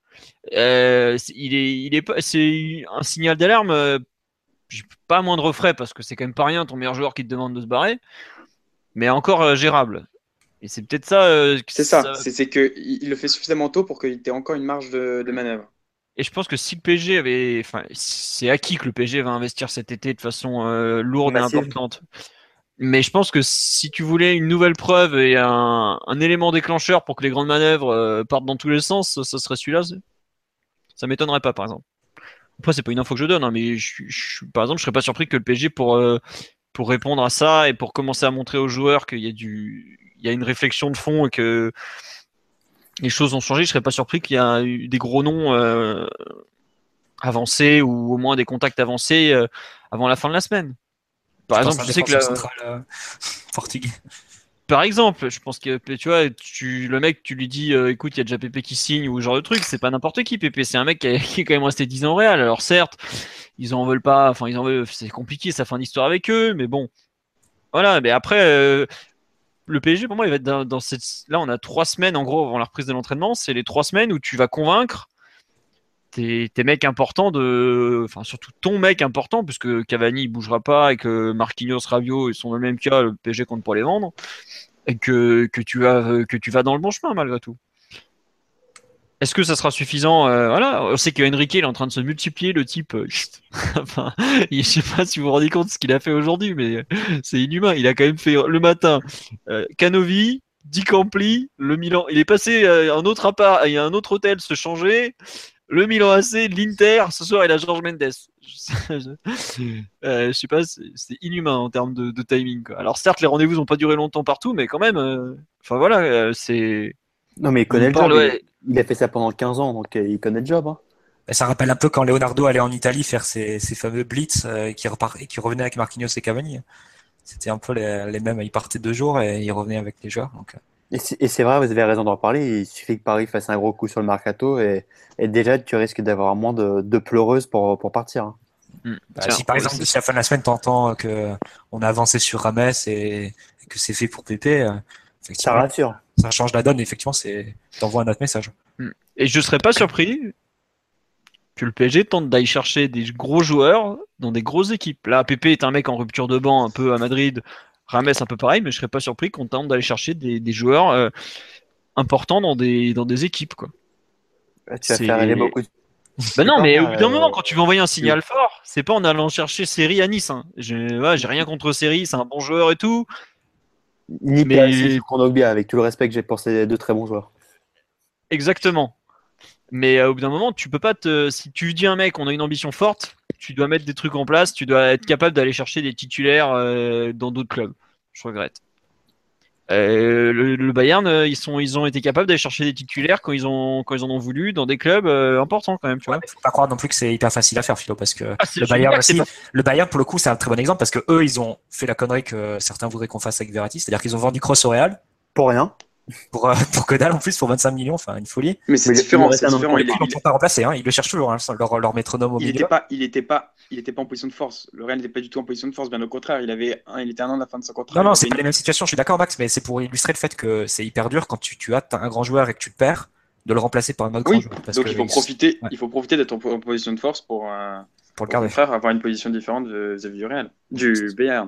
C'est un signal d'alarme. Pas moindre frais parce que c'est quand même pas rien ton meilleur joueur qui te demande de se barrer, mais encore gérable. Et c'est peut-être ça. C'est qu'il le fait suffisamment tôt pour qu'il ait encore une marge de manœuvre. Et je pense que si le PSG c'est acquis que le PSG va investir cet été de façon lourde et importante. Mais je pense que si tu voulais une nouvelle preuve et un élément déclencheur pour que les grandes manœuvres partent dans tous les sens, ça serait celui-là. Ça m'étonnerait pas, par exemple. Après, c'est pas une info que je donne, hein, mais par exemple, je serais pas surpris que le PSG pour répondre à ça et pour commencer à montrer aux joueurs qu'il y a une réflexion de fond et que les choses ont changé, je serais pas surpris qu'il y a eu des gros noms avancés ou au moins des contacts avancés avant la fin de la semaine. Par exemple, je sais que portugais. Par exemple, je pense que tu vois, le mec, tu lui dis, écoute, il y a déjà Pépé qui signe ou ce genre de truc. C'est pas n'importe qui, Pépé. C'est un mec qui est quand même resté 10 ans au Real. Alors certes, ils en veulent pas. Enfin, c'est compliqué sa fin d'histoire avec eux, mais bon, voilà. Mais après, le PSG pour moi, il va être dans cette. Là, on a 3 semaines en gros avant la reprise de l'entraînement. C'est les 3 semaines où tu vas convaincre tes mecs importants enfin surtout ton mec important, puisque Cavani il bougera pas et que Marquinhos, Rabiot ils sont dans le même cas, le PSG compte pas les vendre, et que tu vas dans le bon chemin malgré tout. Est-ce que ça sera suffisant? Voilà, on sait que Enrique il est en train de se multiplier, le type. Enfin, je sais pas si vous vous rendez compte de ce qu'il a fait aujourd'hui, mais c'est inhumain. Il a quand même fait le matin Canovi, Di Campli, le Milan. Il est passé à un autre appart, il y a un autre hôtel se changer. Le Milan AC, l'Inter, ce soir il a Jorge Mendes. Je sais pas, c'est inhumain en termes de timing quoi. Alors certes les rendez-vous n'ont pas duré longtemps partout, mais quand même, enfin voilà, c'est. Non mais il connaît le job, il a fait ça pendant 15 ans, donc il connaît le job. Hein. Ça rappelle un peu quand Leonardo allait en Italie faire ses fameux blitz et qui revenait avec Marquinhos et Cavani. C'était un peu les mêmes. Il partait 2 jours et il revenait avec les joueurs. Donc, Et c'est vrai, vous avez raison d'en parler. Il suffit que Paris fasse un gros coup sur le mercato et déjà tu risques d'avoir moins de pleureuses pour partir, hein. Tiens, si par exemple d'ici la fin de la semaine t'entends que on a avancé sur Rames et que c'est fait pour Pépé, Ça effectivement, rassure. ça change la donne. Effectivement, t'envoies un autre message. Et je serais pas surpris que le PSG tente d'aller chercher des gros joueurs dans des grosses équipes. Là, Pépé est un mec en rupture de banc un peu à Madrid, Rames un peu pareil, mais je serais pas surpris qu'on tente d'aller chercher des joueurs importants dans des équipes, quoi. Tu vas faire aller beaucoup. Ben non, mais au Pas, bout d'un moment, quand tu veux envoyer un signal fort, c'est pas en allant chercher Seri à Nice, hein. J'ai rien contre Seri, c'est un bon joueur et tout. Ni Mais- PSI Kondogbia, avec tout le respect que j'ai pour ces deux très bons joueurs. Exactement. Mais au bout d'un moment, tu peux pas si tu dis à un mec, on a une ambition forte, tu dois mettre des trucs en place, tu dois être capable d'aller chercher des titulaires dans d'autres clubs. Je regrette. Le Bayern, ils ont été capables d'aller chercher des titulaires quand ils en ont voulu dans des clubs importants quand même, tu vois. Faut pas croire non plus que c'est hyper facile à faire, Philo, parce que Ah, c'est- le je dis pas Bayern que c'est aussi, le Bayern pour le coup, c'est un très bon exemple parce que eux, ils ont fait la connerie que certains voudraient qu'on fasse avec Verratti, c'est-à-dire qu'ils ont vendu Kroos au Real Pour rien. pour que dalle en plus pour 25 millions, enfin une folie. Mais c'est Mais différent, il c'est reste un différent. Et puis, ils l'ont pas remplacé, hein. Ils le cherchent toujours, hein, leur métronome au Il milieu. était pas en position de force. Le Real n'était pas du tout en position de force, bien au contraire. Il était un an de la fin de son contrat. Non, Il c'est avait pas les mêmes situations, je suis d'accord, Max, mais c'est pour illustrer le fait que c'est hyper dur quand tu as un grand joueur et que tu le perds, de le remplacer par un autre grand Oui, joueur. Parce donc que il faut profiter d'être en position de force pour, pour le au garder. contraire, avoir une position différente vis-à-vis du Real, du Bayern.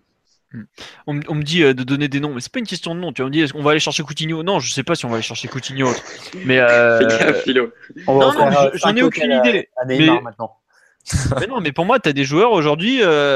On me dit de donner des noms, mais c'est pas une question de nom. Tu vas me dire, est-ce qu'on va aller chercher Coutinho? Non, je sais pas si on va aller chercher Coutinho. Mais Fais gaffe, Philo. On va non, mais offrir j'en ai 5 aucune hôtels idée. à Neymar Mais, maintenant. mais non, mais pour moi, t'as des joueurs aujourd'hui.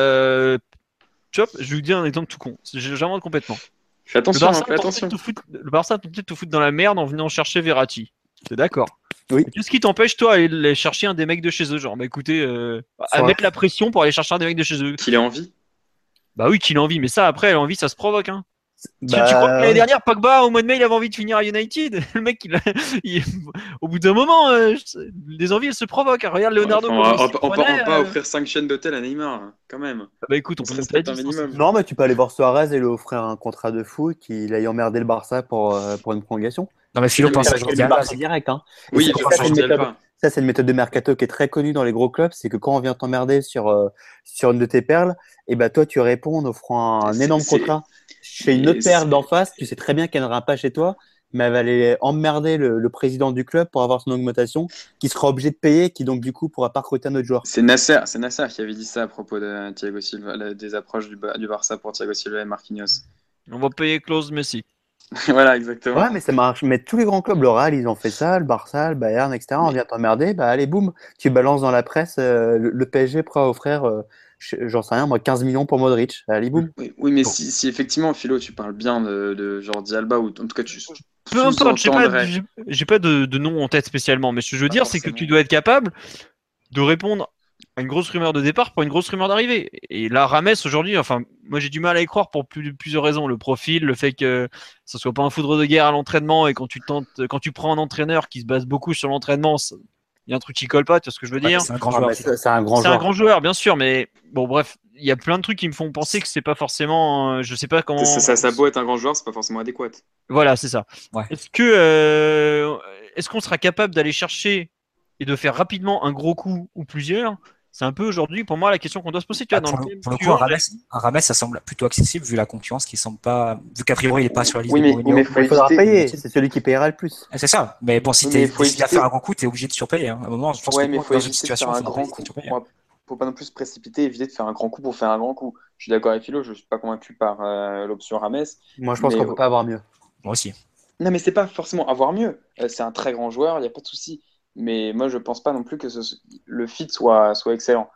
Tu vois, je vais vous dire un exemple tout con. J'invente complètement. Fais attention, Barça fais a tenté attention. de le Barça a tenté de te foutre dans la merde en venant chercher Verratti. T'es d'accord? Oui. Et qu'est-ce qui t'empêche, toi, aller chercher un des mecs de chez eux? Genre, bah écoutez, à Faudra- mettre la pression pour aller chercher un des mecs de chez eux. Qu'il ait envie. Bah oui, qu'il a envie, mais ça, après, l'envie, ça se provoque, hein. Tu crois que Bah, l'année dernière, Pogba, au mois de mai, il avait envie de finir à United? Le mec, il- au bout d'un moment, les envies, elles se provoquent, hein. Regarde Leonardo, Enfin, comment il on s'y va prenait, pas offrir 5 chaînes d'hôtel à Neymar, hein, quand même. Bah écoute, on Ça peut serait monter à un 10, hein, minimum. non, mais tu peux aller voir Suarez et lui offrir un contrat de fou, qu'il aille emmerder le Barça pour une prolongation. Non, mais Philo Oui, pense Ça à va Jordi gagner le Alba. Barça direct, hein. Et Oui, ça, je ça, pense c'est une Jordi méthode, Alba. ça, c'est une méthode de mercato qui est très connue dans les gros clubs. C'est que quand on vient t'emmerder sur une de tes perles, et bah toi, tu réponds en offrant un énorme contrat chez une autre perle d'en face. Tu sais très bien qu'elle n'ira pas chez toi, mais elle va aller emmerder le président du club pour avoir son augmentation, qui sera obligé de payer, qui donc du coup pourra pas recruter un autre joueur. C'est Nasser qui avait dit ça à propos de Thiago Silva, des approches du Barça pour Thiago Silva et Marquinhos. On va payer Klose Messi. Voilà, exactement. Ouais, mais ça marche. Mais tous les grands clubs, le Real, ils ont fait ça, le Barça, le Bayern, etc. On vient t'emmerder, bah allez, boum, tu balances dans la presse le PSG prêt à offrir, j'en sais rien, moi, 15 millions pour Modric. Allez, boum. Oui, mais Bon. si effectivement, Philo, tu parles bien de Jordi Alba, ou en tout cas, tu Peu importe, sous-entendrais. j'ai pas de nom en tête spécialement, mais ce que je veux Pas dire, c'est que forcément. tu dois être capable de répondre à une grosse rumeur de départ pour une grosse rumeur d'arrivée. Et là, Rames, aujourd'hui, enfin, moi j'ai du mal à y croire pour plusieurs raisons. Le profil, le fait que ça soit pas un foudre de guerre à l'entraînement, et quand tu prends un entraîneur qui se base beaucoup sur l'entraînement, il y a un truc qui colle pas, tu vois ce que je veux dire? C'est un grand Ah, joueur. mais c'est un grand C'est un joueur. grand joueur, bien sûr, mais bon, bref, il y a plein de trucs qui me font penser que c'est pas forcément, je sais pas comment. Ça a beau être un grand joueur, c'est pas forcément adéquat. Voilà, c'est ça. Ouais. Est-ce qu'on sera capable d'aller chercher et de faire rapidement un gros coup ou plusieurs? C'est un peu aujourd'hui, pour moi, la question qu'on doit se poser. Tu vois, dans Pour le le coup, suivant, un Rames, ça semble plutôt accessible vu la concurrence qui semble pas, vu qu'a priori il est pas sur la liste Oui, de mais Mourinho. il faut Il faudra éviter. payer, c'est celui qui payera le plus. C'est ça. Mais bon, si Oui, t'es mais il faut décidé à éviter. faire un grand coup, t'es obligé de surpayer, hein. À un moment, je pense Ouais, que mais il dans faut une éviter de situation, faire un il faudra grand payer, coup. surpayer. Moi, faut pas non plus se précipiter, éviter de faire un grand coup pour faire un grand coup. Je suis d'accord avec Philo, je suis pas convaincu par l'option Rames. Moi, je pense Mais qu'on peut pas avoir mieux. Moi aussi. non, mais c'est pas forcément avoir mieux. C'est un très grand joueur, il n'y a pas de souci. Mais moi, je pense pas non plus que le fit soit excellent.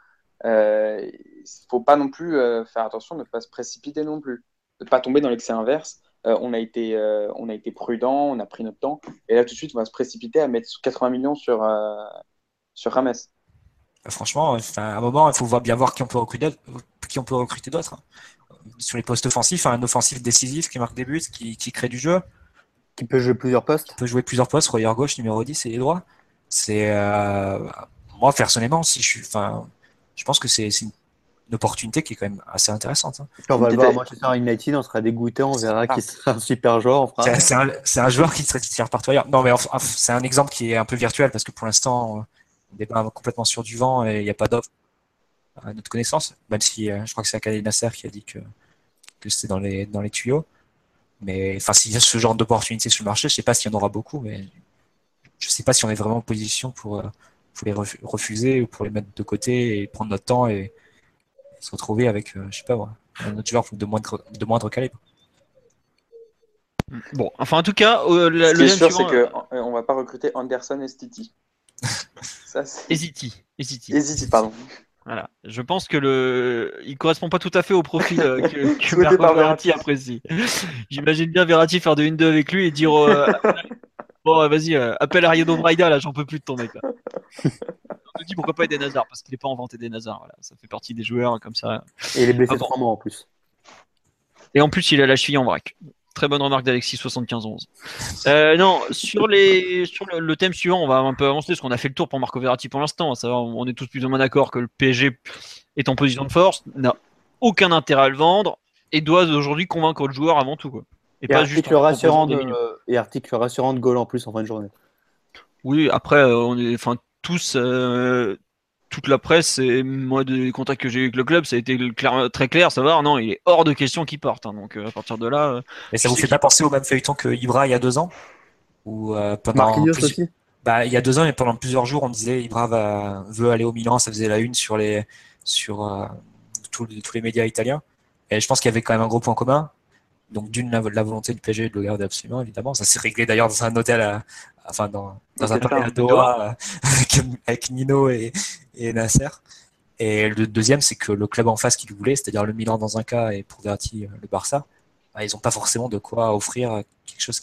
Faut pas non plus faire attention de ne pas se précipiter non plus, de ne pas tomber dans l'excès inverse. On a été prudent, on a pris notre temps, et là tout de suite, on va se précipiter à mettre 80 millions sur Rames. Franchement, enfin, à un moment, il faut bien voir qui on peut recruter d'autres, hein. Sur les postes offensifs, un offensif décisif qui marque des buts, qui crée du jeu, Qui peut jouer plusieurs postes. peut jouer plusieurs postes, relayeur gauche, numéro 10 et droit. C'est moi personnellement, si je suis, enfin, je pense que c'est une opportunité qui est quand même assez intéressante. Hein. Quand on va le Une voir à petite- Manchester United, on sera dégoûté, on verra Ah. qu'il sera un super joueur, on fera. C'est un joueur qui serait titulaire partout ailleurs. Non, mais enfin, c'est un exemple qui est un peu virtuel parce que pour l'instant, on n'est pas complètement sûr du vent et il n'y a pas d'offre à notre connaissance. Même si je crois que c'est Akali Nasser qui a dit que c'était dans les tuyaux. Mais enfin, s'il y a ce genre d'opportunité sur le marché, je sais pas s'il y en aura beaucoup, mais je sais pas si on est vraiment en position pour les refuser ou pour les mettre de côté et prendre notre temps et se retrouver avec, je sais pas moi, un autre joueur de moindre calibre. Bon, enfin en tout cas, Ce qui le est thème sûr, suivant, c'est qu'on va pas recruter Anderson et Stiti. Ça, c'est... Hésiti. Hésite, pardon. Voilà. Je pense que il correspond pas tout à fait au profil que Souhaité Marco par Verratti Verratti. apprécie. J'imagine bien Verratti faire de 1-2 avec lui et dire bon, vas-y, appelle Ariano Braida, là, j'en peux plus de ton mec là. On te dit pourquoi pas Eden Hazard, parce qu'il n'est pas inventé Eden Hazard. Voilà. Ça fait partie des joueurs comme ça. Et il est blessé Ah bon. 3 mois en plus. Et en plus, il a la cheville en vrac. Très bonne remarque d'Alexis 75-11. Non, sur le thème suivant, on va un peu avancer parce qu'on a fait le tour pour Marco Verratti pour l'instant. On est tous plus ou moins d'accord que le PSG est en position de force, n'a aucun intérêt à le vendre et doit aujourd'hui convaincre le joueur avant tout. Quoi. Et pas juste article en rassurant proposant des millions. et article rassurant de Gaulle en plus en fin de journée. Oui, après, on est, enfin, tous, toute la presse et moi des contacts que j'ai eu avec le club, ça a été très clair, savoir non, il est hors de question qu'il parte. Hein, donc à partir de là, Mais ça je vous sais fait qu'il pas penser au même feuilleton que Ibra il y a 2 ans? Ou Marquinhos aussi. Bah, il y a 2 ans et pendant plusieurs jours, on disait Ibra veut aller au Milan, ça faisait la une sur tous les médias italiens. Et je pense qu'il y avait quand même un gros point commun. Donc la volonté du PSG de le garder absolument, évidemment. Ça s'est réglé d'ailleurs dans un hôtel, enfin dans un palais à Doha avec Nino et Nasser. Et le deuxième, c'est que le club en face qui le voulait, c'est-à-dire le Milan dans un cas et pour Verratti le Barça, bah, ils n'ont pas forcément de quoi offrir quelque chose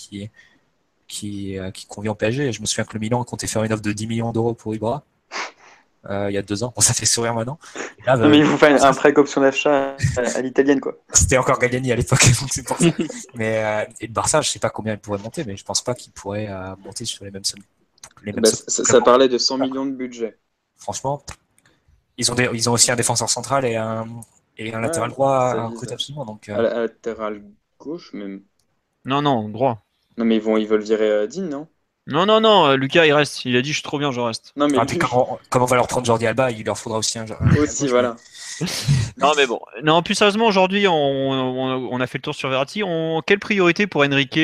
qui convient au PSG. Je me souviens que le Milan comptait faire une offre de 10 millions d'euros pour Ibra il y a 2 ans. Bon, ça fait sourire maintenant. Et là, Non, mais il vous fait un prêt option d'achat à l'italienne, quoi. c'était encore Galliani à l'époque, donc c'est pour ça. Mais et le Barça, je sais pas combien il pourrait monter, mais je pense pas qu'il pourrait monter sur les mêmes sommes. Ça parlait de 100 millions de budget. Franchement, ils ont aussi un défenseur central et un latéral droit à recruter absolument. Donc, à latéral gauche, même. non, droit. Non, mais ils veulent virer Dean, non? Non, Lucas, il reste. Il a dit, je suis trop bien, je reste. Non, mais puis comme on va leur prendre Jordi Alba, il leur faudra aussi un aussi, gauche, voilà. Non, mais bon. Non, plus sérieusement, aujourd'hui, on a fait le tour sur Verratti. Quelle priorité pour Enrique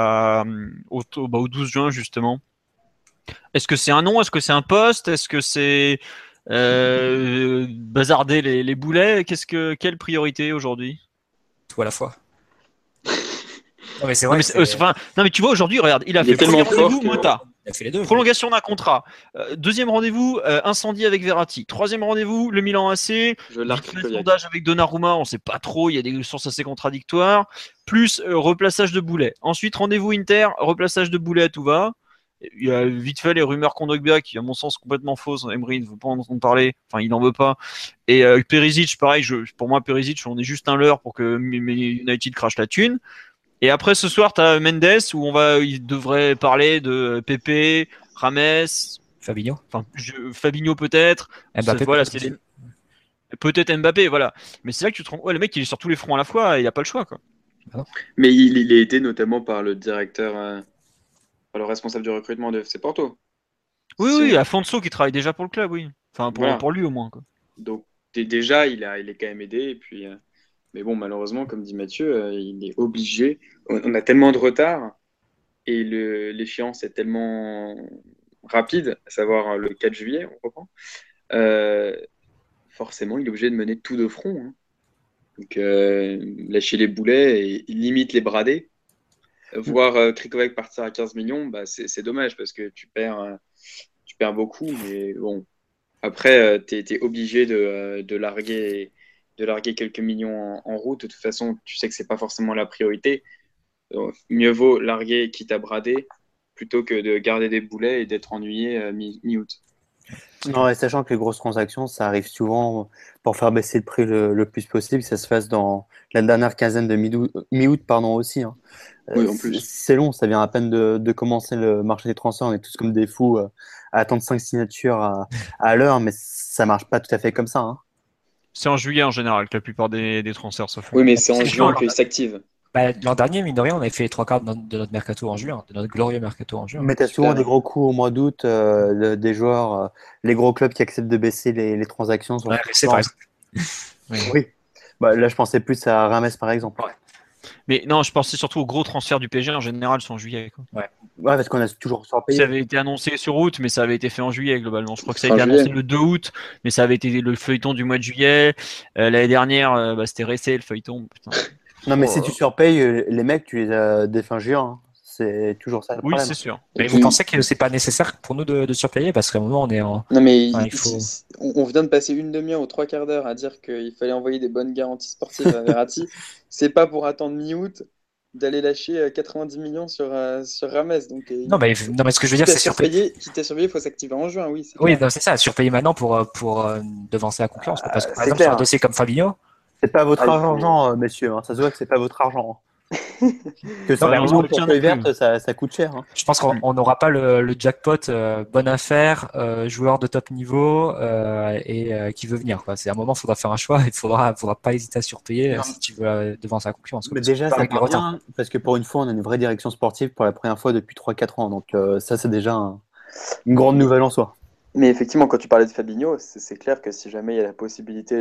au 12 juin, justement? Est-ce que c'est un nom? Est-ce que c'est un poste? Est-ce que c'est bazarder les boulets? Quelle priorité aujourd'hui? tout à la fois. Non, mais c'est Non, vrai. mais non, mais tu vois, aujourd'hui, regarde, il a Il est fait premier tellement fort rendez-vous, que- Mota. Il a fait les deux. Prolongation d'un contrat. Deuxième rendez-vous, incendie avec Verratti. Troisième rendez-vous, le Milan AC. Je l'arc Vite fait, sondage avec Donnarumma, on sait pas trop, il y a des sources assez contradictoires. Plus replaçage de Boulet. Ensuite, rendez-vous Inter, replaçage de Boulet à tout va. Il y a vite fait les rumeurs Kondogbia qui, à mon sens, complètement fausses. Emery ne veut pas en entendre parler. Enfin, il n'en veut pas. Et Perisic, pareil, pour moi, Perisic, on est juste un leurre pour que United crache la thune. Et après, ce soir, tu as Mendes où il devrait parler de Pepe, Rames, Fabinho. Fabinho peut-être. Mbappé, Voilà, peut-être. peut-être Mbappé, voilà. Mais c'est là que tu te rends. Ouais, le mec, il est sur tous les fronts à la fois et il n'a pas le choix, quoi. Mais il est aidé notamment par le directeur, par le responsable du recrutement de FC Porto. Oui, Afonso qui travaille déjà pour le club, oui. Enfin, Voilà. pour lui au moins, quoi. Donc déjà, il est quand même aidé. Et puis, mais bon, malheureusement, comme dit Mathieu, il est obligé. On a tellement de retard et l'échéance est tellement rapide, à savoir le 4 juillet, on reprend. Forcément, il est obligé de mener tout de front. Hein. Donc, lâcher les boulets et limite les brader. Voir Krikovic partir à 15 millions, bah, c'est dommage parce que tu perds beaucoup. Mais bon, après, tu es obligé de larguer quelques millions en route. De toute façon, tu sais que c'est pas forcément la priorité. Donc, mieux vaut larguer quitte à brader plutôt que de garder des boulets et d'être ennuyé mi-août. Non, et sachant que les grosses transactions, ça arrive souvent pour faire baisser le prix le plus possible, que ça se fasse dans la dernière quinzaine de mi-août, pardon, aussi, hein. Oui, en plus. C'est long, ça vient à peine de commencer le marché des transferts. On est tous comme des fous à attendre 5 signatures à l'heure, mais ça marche pas tout à fait comme ça, hein. C'est en juillet en général que la plupart des transferts se font. Oui, mais c'est en C'est juin chaud, qu'ils s'activent. Bah, l'an dernier, mine de rien, on avait fait les trois quarts de notre mercato en juin, de notre glorieux mercato en juin. Mais tu as Super. souvent des gros coups au mois d'août, des joueurs, les gros clubs qui acceptent de baisser les transactions sur Ouais, le c'est par exemple. Oui. Bah, là, je pensais plus à Rames, par exemple. Ouais. Mais non, je pensais surtout aux gros transferts du PSG en général, sont en juillet, quoi. Ouais, parce qu'on a toujours Ça surpayé. avait été annoncé sur août, mais ça avait été fait en juillet globalement. Je crois que ça a Fin été annoncé juillet. le 2 août, mais ça avait été le feuilleton du mois de juillet. L'année dernière, c'était resté le feuilleton. Putain. Non, mais Oh, si tu surpayes, les mecs, tu les as dès fin juin, hein. C'est toujours ça le oui, problème. c'est sûr. Mais Et vous puis- pensez que c'est pas nécessaire pour nous de surpayer parce qu'à un moment on est en. Non, mais Enfin, il faut. on vient de passer une demi-heure ou trois quarts d'heure à dire qu'il fallait envoyer des bonnes garanties sportives à Verratti. C'est pas pour attendre mi-août d'aller lâcher 90 millions sur Rames. Donc, Non, mais ce que je veux dire, quitte à c'est surpayer. quitte à surveiller, il faut s'activer en juin, oui, c'est Oui, clair. non, c'est ça, surpayer maintenant pour devancer la concurrence. Parce que par C'est exemple, sur un clair. dossier comme Fabinho, C'est pas votre Ah, il argent, messieurs, hein. Ça se voit que c'est pas votre argent, hein. Que Non, mais Fabinho on le pour tient feuille non plus. verte, ça coûte cher, hein. je pense qu'on n'aura pas le jackpot bonne affaire, joueur de top niveau et qui veut venir, quoi. C'est un moment, il faudra faire un choix. Il faudra pas hésiter à surpayer Non. si tu veux devancer la concurrence, quoi. Mais Parce qu'on déjà, peut pas ça avec le part retard. bien, parce que pour une fois, on a une vraie direction sportive pour la première fois depuis 3-4 ans. Donc, ça, c'est déjà une grande nouvelle en soi. Mais effectivement, quand tu parlais de Fabinho, c'est clair que si jamais il y a la possibilité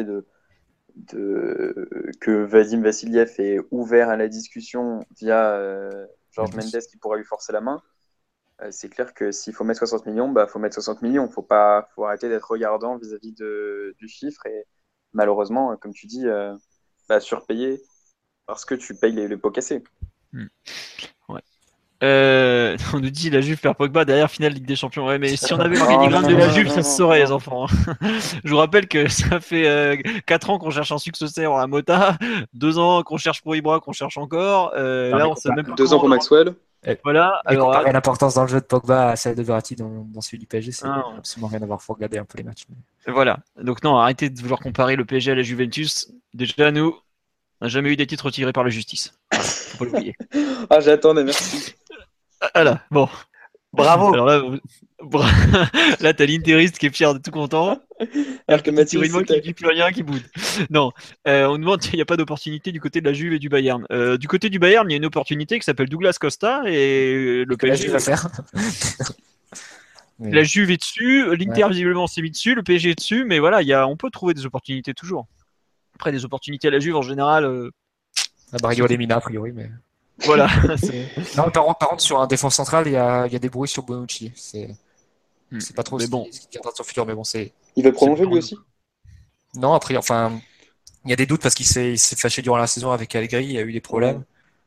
que Vadim Vassiliev est ouvert à la discussion via Georges Mendes qui pourra lui forcer la main, c'est clair que s'il faut mettre 60 millions, bah faut mettre 60 millions. Faut arrêter d'être regardant vis-à-vis du chiffre et malheureusement, comme tu dis, surpayer parce que tu payes les pots cassés. Ouais. On nous dit la Juve perd Pogba derrière finale Ligue des Champions. Ouais, mais si on avait Non, l'organigramme non, de la non, Juve, non, ça non, se saurait, non. les enfants. Je vous rappelle que ça fait 4 ans qu'on cherche un successeur à Mota, 2 ans qu'on cherche pour Ibra, qu'on cherche encore. Non, Là, mais on sait même pas 2 ans comment. pour Maxwell. Voilà. Et Alors, comparer l'importance dans le jeu de Pogba à celle de Verratti dans celui du PSG, c'est hein, absolument rien à voir. Faut regarder un peu les matchs. voilà. Donc non, arrêtez de vouloir comparer le PSG à la Juventus. Déjà, nous, on n'a jamais eu des titres retirés par la justice. Voilà, faut pas l'oublier. Ah, j'attendais, merci. Voilà. Bon. Bravo! Alors là, là, t'as l'interiste qui est fier de tout content. Alors que Petit Mathieu, Turino qui c'était. dit plus rien, qui boude. Non, on demande s'il n'y a pas d'opportunité du côté de la Juve et du Bayern. Du côté du Bayern, il y a une opportunité qui s'appelle Douglas Costa et le Que la PSG. Juve va faire. Mais- La Juve est dessus, l'Inter visiblement s'est mis dessus, le PSG est dessus, mais voilà, on peut trouver des opportunités toujours. Après, des opportunités à la Juve en général, À Barrio Lemina, a priori, mais. voilà. Non, par contre, sur un défense central, il y a des bruits sur Bonucci. C'est pas trop Mais ce bon. qui viendra de son futur, mais bon, c'est. Il veut prolonger C'est lui aussi. Non, après, enfin, il y a des doutes parce qu'il s'est fâché durant la saison avec Allegri, il y a eu des problèmes.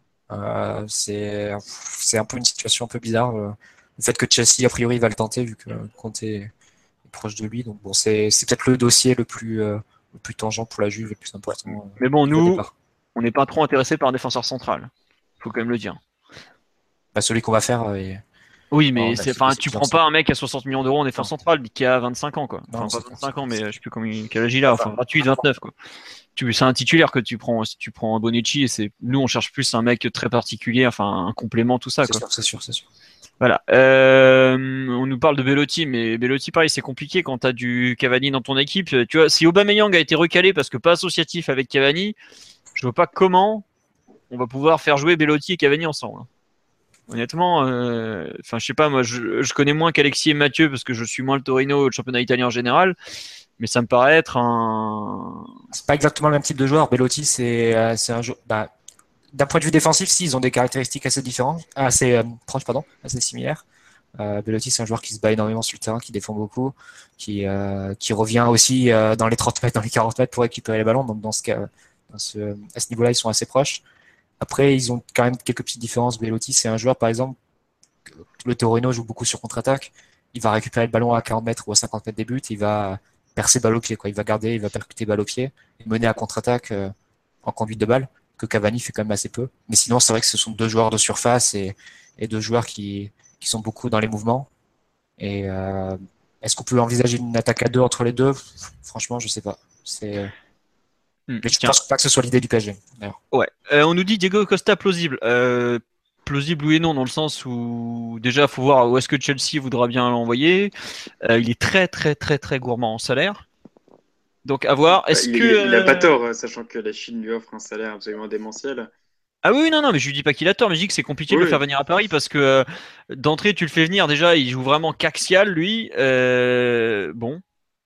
C'est un peu une situation un peu bizarre. Le fait que Chelsea, a priori, va le tenter vu que Conte est proche de lui. Donc bon, c'est peut-être le dossier le plus tangent pour la Juve, le plus important. Mais bon, au nous, départ. on n'est pas trop intéressé par un défenseur central. Faut quand même le dire. Bah, celui qu'on va faire est. Oui, mais Oh, bah, tu c'est prends pas un mec à 60 millions d'euros en défense Non. centrale qui a 25 ans, quoi. Non, Enfin, c'est pas clair, 25 ans, mais c'est- je sais plus quel âge il a. Enfin, 28, 29, quoi. C'est un titulaire que tu prends. Si tu prends un Bonucci, nous, on cherche plus un mec très particulier, enfin, un complément, tout ça, C'est quoi. sûr, c'est sûr, c'est sûr. Voilà. On nous parle de Belotti, mais Belotti, pareil, c'est compliqué quand t'as du Cavani dans ton équipe. Tu vois, si Aubameyang a été recalé parce que pas associatif avec Cavani, je vois pas comment on va pouvoir faire jouer Belotti et Cavani ensemble. Honnêtement, je sais pas, moi, je connais moins qu'Alexis et Mathieu parce que je suis moins le Torino, le championnat italien en général, mais ça me paraît être un. C'est pas exactement le même type de joueur. Belotti, c'est un joueur. Bah, d'un point de vue défensif, si, ils ont des caractéristiques assez différentes, assez proches, pardon, assez similaires. Belotti, c'est un joueur qui se bat énormément sur le terrain, qui défend beaucoup, qui revient aussi dans les 30 mètres, dans les 40 mètres pour récupérer les ballons. Donc, à ce niveau-là, ils sont assez proches. Après, ils ont quand même quelques petites différences. Belotti, c'est un joueur, par exemple, le Torino joue beaucoup sur contre-attaque. Il va récupérer le ballon à 40 mètres ou à 50 mètres des buts. Il va percer balle au pied, quoi. Il va garder, il va percuter balle au pied et mener à contre-attaque en conduite de balle, que Cavani fait quand même assez peu. Mais sinon, c'est vrai que ce sont deux joueurs de surface et deux joueurs qui sont beaucoup dans les mouvements. Et Est-ce qu'on peut envisager une attaque à deux entre les deux? Franchement, je sais pas. Mais je pense pas que ce soit l'idée du PSG, d'ailleurs. Ouais. On nous dit Diego Costa plausible. Plausible oui et non, dans le sens où déjà faut voir où est-ce que Chelsea voudra bien l'envoyer. Il est très très très très gourmand en salaire. Donc à voir. Il a pas tort, sachant que la Chine lui offre un salaire absolument démentiel. Ah oui, non, mais je lui dis pas qu'il a tort, mais je dis que c'est compliqué de le faire venir à Paris parce que d'entrée, tu le fais venir, déjà, il joue vraiment qu'axial, lui. Bon,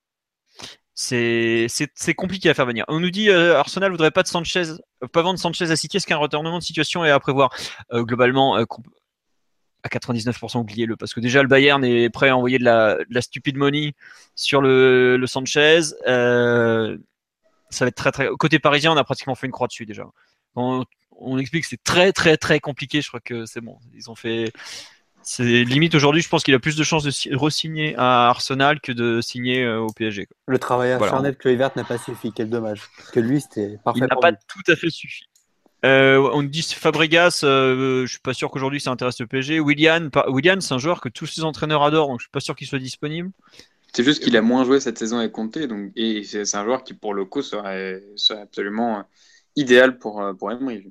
c'est compliqué à faire venir. On nous dit Arsenal voudrait pas vendre Sanchez à City, est-ce qu'un retournement de situation est à prévoir? Globalement, à 99%, oubliez-le, parce que déjà le Bayern est prêt à envoyer de la stupid money sur le Sanchez. Ça va être très très. Côté parisien, on a pratiquement fait une croix dessus déjà. On explique que c'est très très très compliqué. Je crois que c'est bon. Ils ont fait. C'est limite aujourd'hui. Je pense qu'il a plus de chances de re-signer à Arsenal que de signer au PSG. Quoi. Le travail acharné de Kluivert n'a pas suffi. Quel dommage. Parce que lui, c'était parfait. Il n'a pas tout à fait suffi. On dit Fabregas, je suis pas sûr qu'aujourd'hui ça intéresse le PSG. Willian, c'est un joueur que tous les entraîneurs adorent, donc je suis pas sûr qu'il soit disponible. C'est juste qu'il a moins joué cette saison avec Conte, et c'est un joueur qui pour le coup serait absolument idéal pour Emery.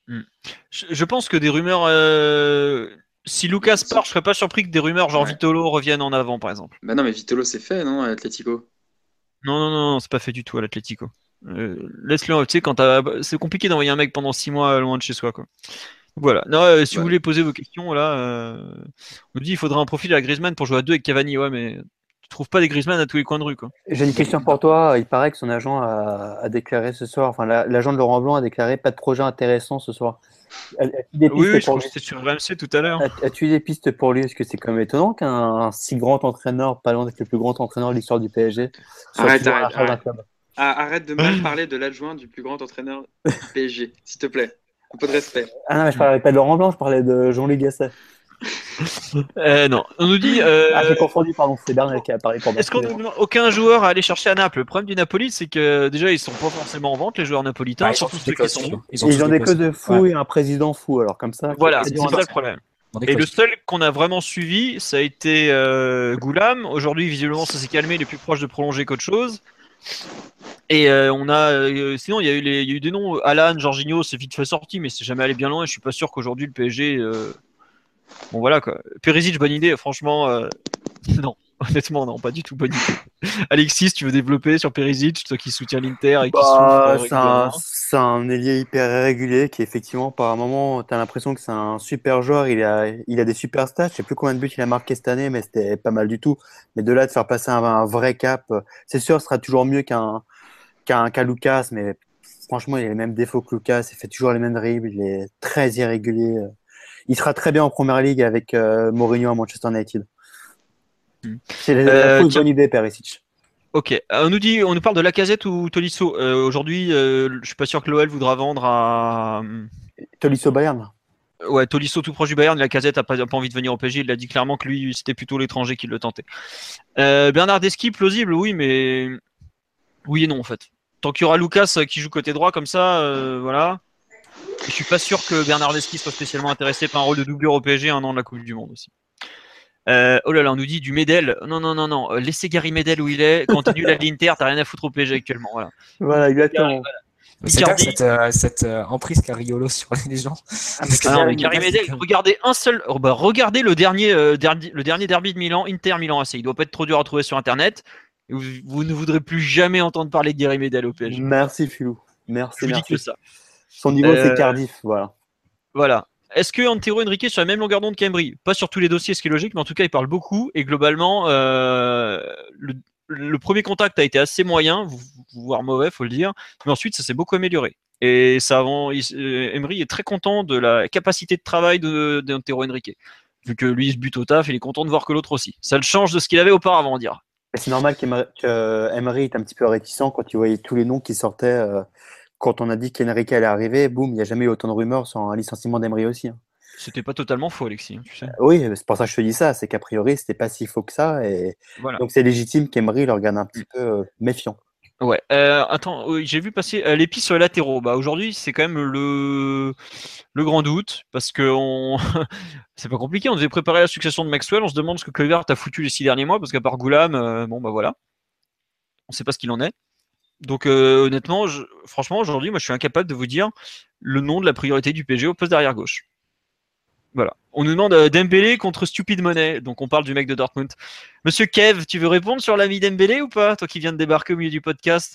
Je pense que des rumeurs, si Lucas part, je serais pas surpris que des rumeurs genre Vitolo reviennent en avant, par exemple. Bah non, mais Vitolo c'est fait, non, à l'Atlético. Non, c'est pas fait du tout à l'Atlético. Laisse-le, tu sais, c'est compliqué d'envoyer un mec pendant 6 mois loin de chez soi, quoi. Voilà. Non, si vous voulez poser vos questions, là, on nous dit il faudra un profil à Griezmann pour jouer à deux avec Cavani. Ouais, mais tu trouves pas des Griezmann à tous les coins de rue, quoi. J'ai une question pour toi. Il paraît que son agent a déclaré ce soir, enfin l'agent de Laurent Blanc a déclaré pas de projet intéressant ce soir. Oui, je crois que c'était sur RMC tout à l'heure. As-tu des pistes pour lui? Est-ce que c'est quand même étonnant qu'un si grand entraîneur, pas loin d'être le plus grand entraîneur de l'histoire du PSG, Arrête de mal parler de l'adjoint du plus grand entraîneur du PSG, s'il te plaît. Un peu de respect. Ah non, mais je parlais pas de Laurent Blanc, je parlais de Jean-Louis Gasset. Non, on nous dit. j'ai confondu, pardon, c'est Bernard qui a parlé pour moi. Est-ce qu'on nous demande aucun joueur à aller chercher à Naples? Le problème du Napoli, c'est que déjà, ils sont pas forcément en vente, les joueurs napolitains, surtout ceux qui sont. Ils ont des causes de fous et un président fou, alors comme ça. Voilà, c'est ça le problème. Et le seul qu'on a vraiment suivi, ça a été Goulam. Aujourd'hui, visiblement, ça s'est calmé, il est plus proche de prolonger qu'autre chose. Et sinon il y a eu des noms, Alan, Jorginho, c'est vite fait sorti, mais c'est jamais allé bien loin. Je suis pas sûr qu'aujourd'hui le PSG. Bon voilà quoi. Perisic, bonne idée, franchement. Non, honnêtement non, pas du tout bonne idée. Alexis, tu veux développer sur Perisic, toi qui soutiens l'Inter et qui souffre. C'est un ailier hyper irrégulier qui effectivement par un moment t'as l'impression que c'est un super joueur, il a des super stats, je sais plus combien de buts il a marqué cette année, mais c'était pas mal du tout. Mais de là de faire passer un vrai cap, c'est sûr ce sera toujours mieux qu'un Lucas, mais franchement il a les mêmes défauts que Lucas, il fait toujours les mêmes dribbles, il est très irrégulier. Il sera très bien en Première Ligue avec Mourinho à Manchester United. C'est une bonne idée, Perisic. Ok, on nous parle de Lacazette ou Tolisso. Aujourd'hui, je suis pas sûr que l'OL voudra vendre à Tolisso Bayern. Ouais, Tolisso tout proche du Bayern. Lacazette a pas envie de venir au PSG. Il a dit clairement que lui, c'était plutôt l'étranger qui le tentait. Bernardeschi, plausible, oui, mais oui et non en fait. Tant qu'il y aura Lucas qui joue côté droit comme ça, voilà. Je suis pas sûr que Bernardeschi soit spécialement intéressé par un rôle de doublure au PSG un an de la Coupe du Monde aussi. Oh là là, on nous dit du Medel. Non. Laissez Gary Medel où il est. Continue à l'Inter, t'as rien à foutre au PSG actuellement. Voilà, exactement. C'est dingue cette emprise Cariolo sur les gens. Non, mais Gary Medel, regardez regardez le dernier derby de Milan, Inter Milan AC. Il doit pas être trop dur à trouver sur internet. Vous ne voudrez plus jamais entendre parler de Gary Medel au PSG. Merci Philou. Merci. Je vous dis que ça. Son niveau c'est Cardiff, voilà. Voilà. Est-ce que Antero Henrique est sur la même longueur d'onde qu'Emery? Pas sur tous les dossiers, ce qui est logique, mais en tout cas, il parle beaucoup. Et globalement, le premier contact a été assez moyen, voire mauvais, faut le dire. Mais ensuite, ça s'est beaucoup amélioré. Et Emery est très content de la capacité de travail d'Antero Henrique. Vu que lui, il se bute au taf, il est content de voir que l'autre aussi. Ça le change de ce qu'il avait auparavant, on dirait. C'est normal qu'Emery est un petit peu réticent quand il voyait tous les noms qui sortaient. Quand on a dit qu'Enrique allait arriver, boum, il n'y a jamais eu autant de rumeurs sur un licenciement d'Emery aussi. C'était pas totalement faux, Alexis, tu sais. Oui, c'est pour ça que je te dis ça, c'est qu'a priori, c'était pas si faux que ça. Et voilà. Donc c'est légitime qu'Emery le regarde un petit peu méfiant. Ouais. Attends, oui, j'ai vu passer les pistes sur les latéraux. Bah aujourd'hui, c'est quand même le grand doute parce que c'est pas compliqué. On devait préparer la succession de Maxwell. On se demande ce que Kluivert a foutu les 6 derniers mois parce qu'à part Goulam, bon bah voilà, on sait pas ce qu'il en est. Donc honnêtement, franchement aujourd'hui, moi je suis incapable de vous dire le nom de la priorité du PSG au poste d'arrière gauche. Voilà. On nous demande Dembélé contre Stupid Money. Donc on parle du mec de Dortmund. Monsieur Kev, tu veux répondre sur l'ami Dembélé ou pas? Toi qui viens de débarquer au milieu du podcast.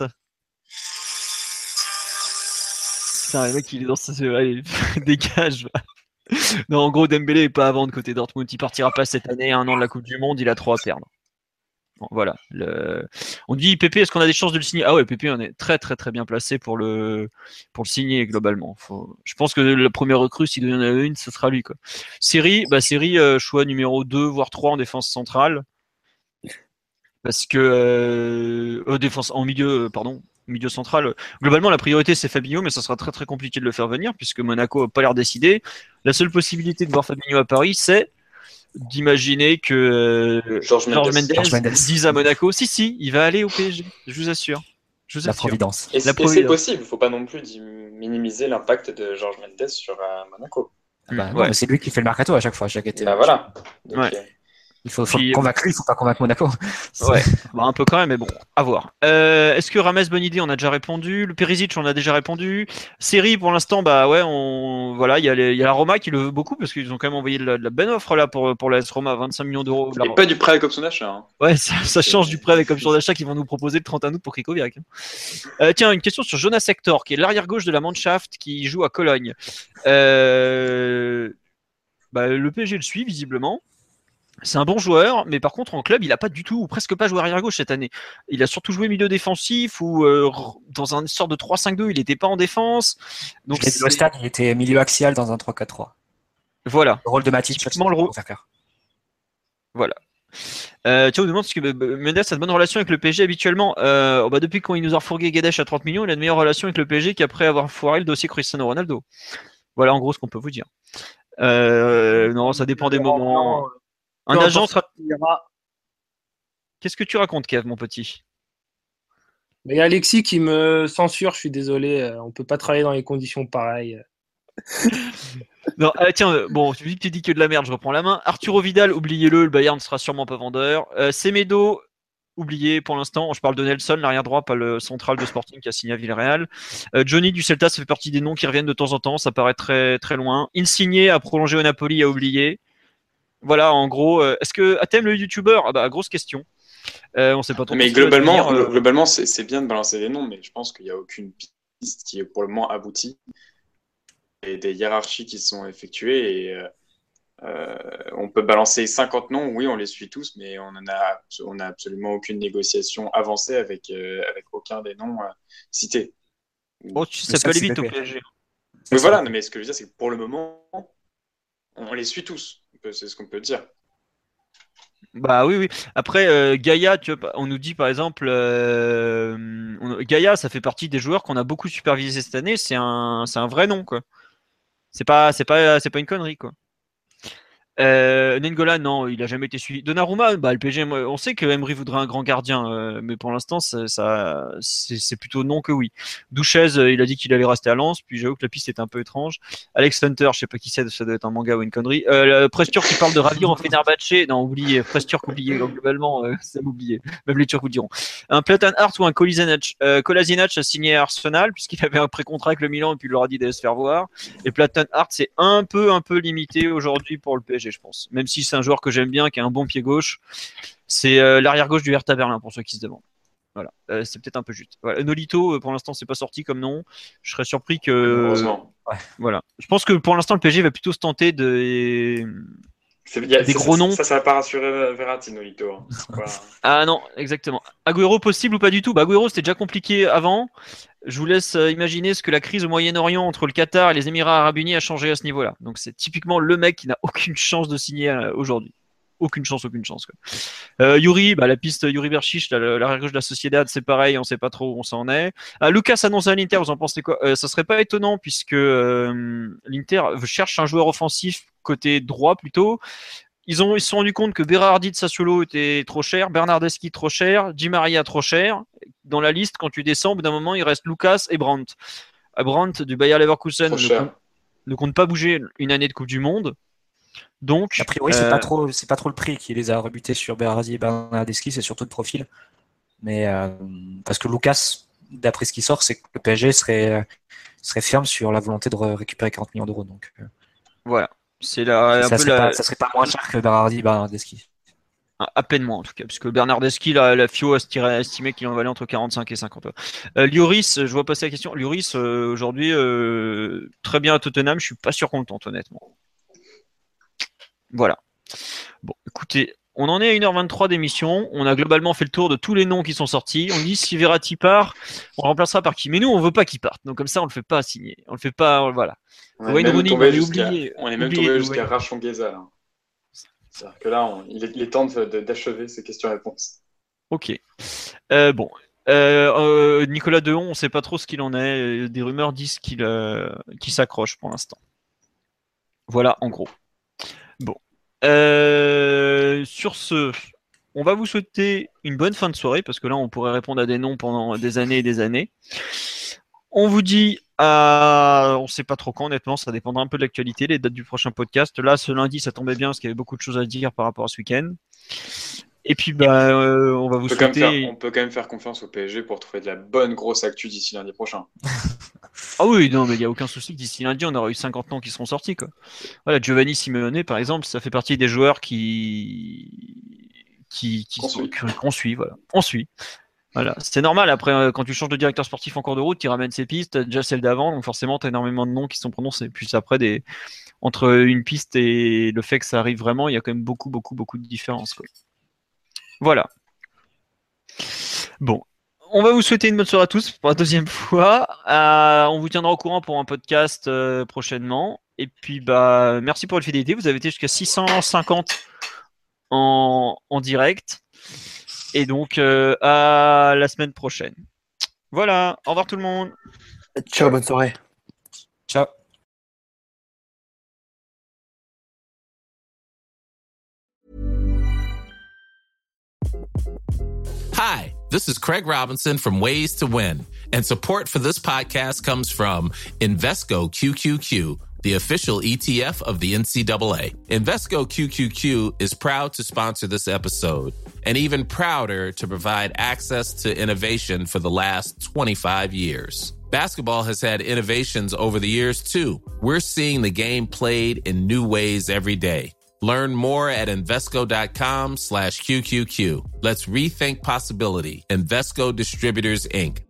Putain, le mec il est dans sa... Allez, dégage. Non, en gros, Dembélé est pas à vendre côté Dortmund. Il partira pas cette année, 1 an de la Coupe du Monde, il a trop à perdre. Bon, voilà. On dit Pépé, est-ce qu'on a des chances de le signer? Ah ouais, Pépé, on est très très très bien placé pour le signer globalement. Je pense que la première recrue, s'il doit y en a une, ce sera lui quoi. Série, choix numéro 2 voire 3 en défense centrale. Parce que défense en milieu, milieu central. Globalement, la priorité c'est Fabinho, mais ça sera très très compliqué de le faire venir puisque Monaco n'a pas l'air décidé. La seule possibilité de voir Fabinho à Paris, c'est d'imaginer que Georges Mendes dise à Monaco, si, il va aller au PSG, je vous assure. La providence. Et c'est possible, il ne faut pas non plus minimiser l'impact de Georges Mendes sur Monaco. Bah, non, mais c'est lui qui fait le mercato à chaque fois, chaque été. Bah voilà. Donc, il faut convaincre lui, il ne faut pas convaincre Monaco. Ouais, un peu quand même, mais bon, à voir. Est-ce que Rames, bonne idée, on a déjà répondu. Le Perisic, on a déjà répondu. Série, pour l'instant, bah ouais, voilà, il y a la Roma qui le veut beaucoup parce qu'ils ont quand même envoyé de la bonne offre là pour la Roma, 25 millions d'euros. Et pas du prêt avec option d'achat. Hein. Ouais, ça change du prêt avec option d'achat qu'ils vont nous proposer le 31 août pour Krikoviak. Tiens, une question sur Jonas Hector, qui est l'arrière gauche de la Mannschaft, qui joue à Cologne. Le PSG le suit visiblement. C'est un bon joueur, mais par contre en club, il a pas du tout ou presque pas joué arrière gauche cette année. Il a surtout joué milieu défensif ou dans une sorte de 3-5-2, il n'était pas en défense. Donc au stade, il était milieu axial dans un 3-4-3. Voilà. Le rôle de Matic, typiquement le rôle. Voilà. Tu vois, on demande si Mendes a de bonnes relations avec le PSG habituellement. Depuis quand il nous a refourgué Guedes à 30 millions, il a de meilleures relations avec le PSG qu'après avoir foiré le dossier Cristiano Ronaldo. Voilà en gros ce qu'on peut vous dire. Non, ça dépend des moments. Un agent sera... Qu'est-ce que tu racontes, Kev, mon petit? Mais il y a Alexis qui me censure, je suis désolé, on peut pas travailler dans les conditions pareilles. Non, tiens, bon, vu que tu dis que de la merde, je reprends la main. Arturo Vidal, oubliez-le, le Bayern ne sera sûrement pas vendeur. Semedo, oublié pour l'instant. Je parle de Nelson, l'arrière droit, pas le central de Sporting qui a signé à Villarreal. Johnny du Celta, ça fait partie des noms qui reviennent de temps en temps, ça paraît très très loin. Insigne a prolongé au Napoli, à oublier. Voilà, en gros, est-ce que t'aimes le YouTuber? Grosse question. On sait pas trop. Mais globalement, c'est bien de balancer des noms, mais je pense qu'il n'y a aucune piste qui est pour le moment aboutie. Il y a des hiérarchies qui sont effectuées et on peut balancer 50 noms, oui, on les suit tous, mais on n'a absolument aucune négociation avancée avec aucun des noms cités. Oh, ça peut aller vite au PSG. Mais voilà, mais ce que je veux dire, c'est que pour le moment, on les suit tous. C'est ce qu'on peut dire. Bah oui. Après, Gaïa, on nous dit par exemple, Gaïa, ça fait partie des joueurs qu'on a beaucoup supervisé cette année. C'est un vrai nom, quoi. C'est pas une connerie, quoi. Nengola, non, il a jamais été suivi. Donnarumma, le PSG, on sait que Emery voudrait un grand gardien, mais pour l'instant, c'est plutôt non que oui. Douchez, il a dit qu'il allait rester à Lens, puis j'avoue que la piste est un peu étrange. Alex Hunter, je sais pas qui c'est, ça doit être un manga ou une connerie. Presturk qui parle de ravir en Fenerbahçe, non, oubliez, Presturk oublié, globalement, c'est oublié. Même les Turcs vous diront. Un Platan Hart ou un Kolasinac. Kolasinac a signé à Arsenal, puisqu'il avait un pré-contrat avec le Milan, et puis il leur a dit d'aller se faire voir. Et Platan Hart, c'est un peu limité aujourd'hui pour le PSG, je pense. Même si c'est un joueur que j'aime bien, qui a un bon pied gauche, c'est l'arrière gauche du Hertha Berlin pour ceux qui se demandent. Voilà, c'est peut-être un peu juste. Voilà. Nolito, pour l'instant, c'est pas sorti comme nom. Je serais surpris que. Heureusement. Voilà. Je pense que pour l'instant, le PSG va plutôt se tenter des gros noms. Ça va pas rassurer Verratti, Nolito. Hein. Voilà. Ah non, exactement. Agüero possible ou pas du tout? Agüero, c'était déjà compliqué avant. Je vous laisse imaginer ce que la crise au Moyen-Orient entre le Qatar et les Émirats Arabes Unis a changé à ce niveau-là. Donc c'est typiquement le mec qui n'a aucune chance de signer aujourd'hui. Aucune chance, quoi. Yuri, la piste Yuri Berchiche, l'arrière gauche de la Sociedad, c'est pareil, on sait pas trop où on s'en est. Lucas annonce à l'Inter, vous en pensez quoi? Ça serait pas étonnant puisque l'Inter cherche un joueur offensif côté droit plutôt. Ils se sont rendus compte que Berardi de Sassuolo était trop cher, Bernardeschi trop cher, Di Maria trop cher. dans la liste, quand tu descends, au bout d'un moment, il reste Lucas et Brandt. Brandt du Bayer Leverkusen ne compte pas bouger une année de Coupe du Monde. Donc, a priori, c'est pas trop le prix qui les a rebutés sur Berardi et Bernardeschi, c'est surtout le profil. Mais parce que Lucas, d'après ce qui sort, c'est que le PSG serait ferme sur la volonté de récupérer 40 millions d'euros. Donc voilà, ça serait pas moins cher que Berardi et Bernardeschi. À peine moins en tout cas, puisque Bernardeschi, la FIO a estimé qu'il en valait entre 45 et 50. Lloris, je vois passer la question. Lloris, aujourd'hui, très bien à Tottenham, je suis pas sûr qu'on le tente, honnêtement. Voilà. Bon, écoutez, on en est à 1h23 d'émission. On a globalement fait le tour de tous les noms qui sont sortis. On dit si Verratti part, on le remplacera par qui? Mais nous, on veut pas qu'il parte. Donc comme ça, on le fait pas signer. On le fait pas, voilà. On est même tombé jusqu'à Rachongueza, là. C'est-à-dire que là, il est temps d'achever ces questions-réponses. Ok. Bon. Nicolas Dehon, on ne sait pas trop ce qu'il en est. Des rumeurs disent qu'il s'accroche pour l'instant. Voilà, en gros. Bon. Sur ce, on va vous souhaiter une bonne fin de soirée, parce que là, on pourrait répondre à des noms pendant des années et des années. On vous dit on ne sait pas trop quand, honnêtement, ça dépendra un peu de l'actualité, les dates du prochain podcast. Là, ce lundi, ça tombait bien parce qu'il y avait beaucoup de choses à dire par rapport à ce week-end. Et puis, on va vous souhaiter... On peut quand même faire confiance au PSG pour trouver de la bonne grosse actu d'ici lundi prochain. Ah oui, non, mais il n'y a aucun souci que d'ici lundi, on aura eu 50 noms qui seront sortis, quoi. Voilà, Giovanni Simeone, par exemple, ça fait partie des joueurs qu'on suit, voilà. On suit. Voilà, c'est normal. Après, quand tu changes de directeur sportif en cours de route, tu ramènes ces pistes, tu as déjà celles d'avant, donc forcément, tu as énormément de noms qui sont prononcés. Puis après, entre une piste et le fait que ça arrive vraiment, il y a quand même beaucoup de différences, quoi. Voilà. Bon, on va vous souhaiter une bonne soirée à tous pour la deuxième fois. On vous tiendra au courant pour un podcast prochainement. Et puis, merci pour votre fidélité. Vous avez été jusqu'à 650 en direct. Et donc, à la semaine prochaine. Voilà, au revoir tout le monde. Ciao, bonne soirée. Ciao. Hi, this is Craig Robinson from Ways to Win, and support for this podcast comes from Invesco QQQ, the official ETF of the NCAA. Invesco QQQ is proud to sponsor this episode, and even prouder to provide access to innovation for the last 25 years. Basketball has had innovations over the years, too. We're seeing the game played in new ways every day. Learn more at Invesco.com/QQQ. Let's rethink possibility. Invesco Distributors, Inc.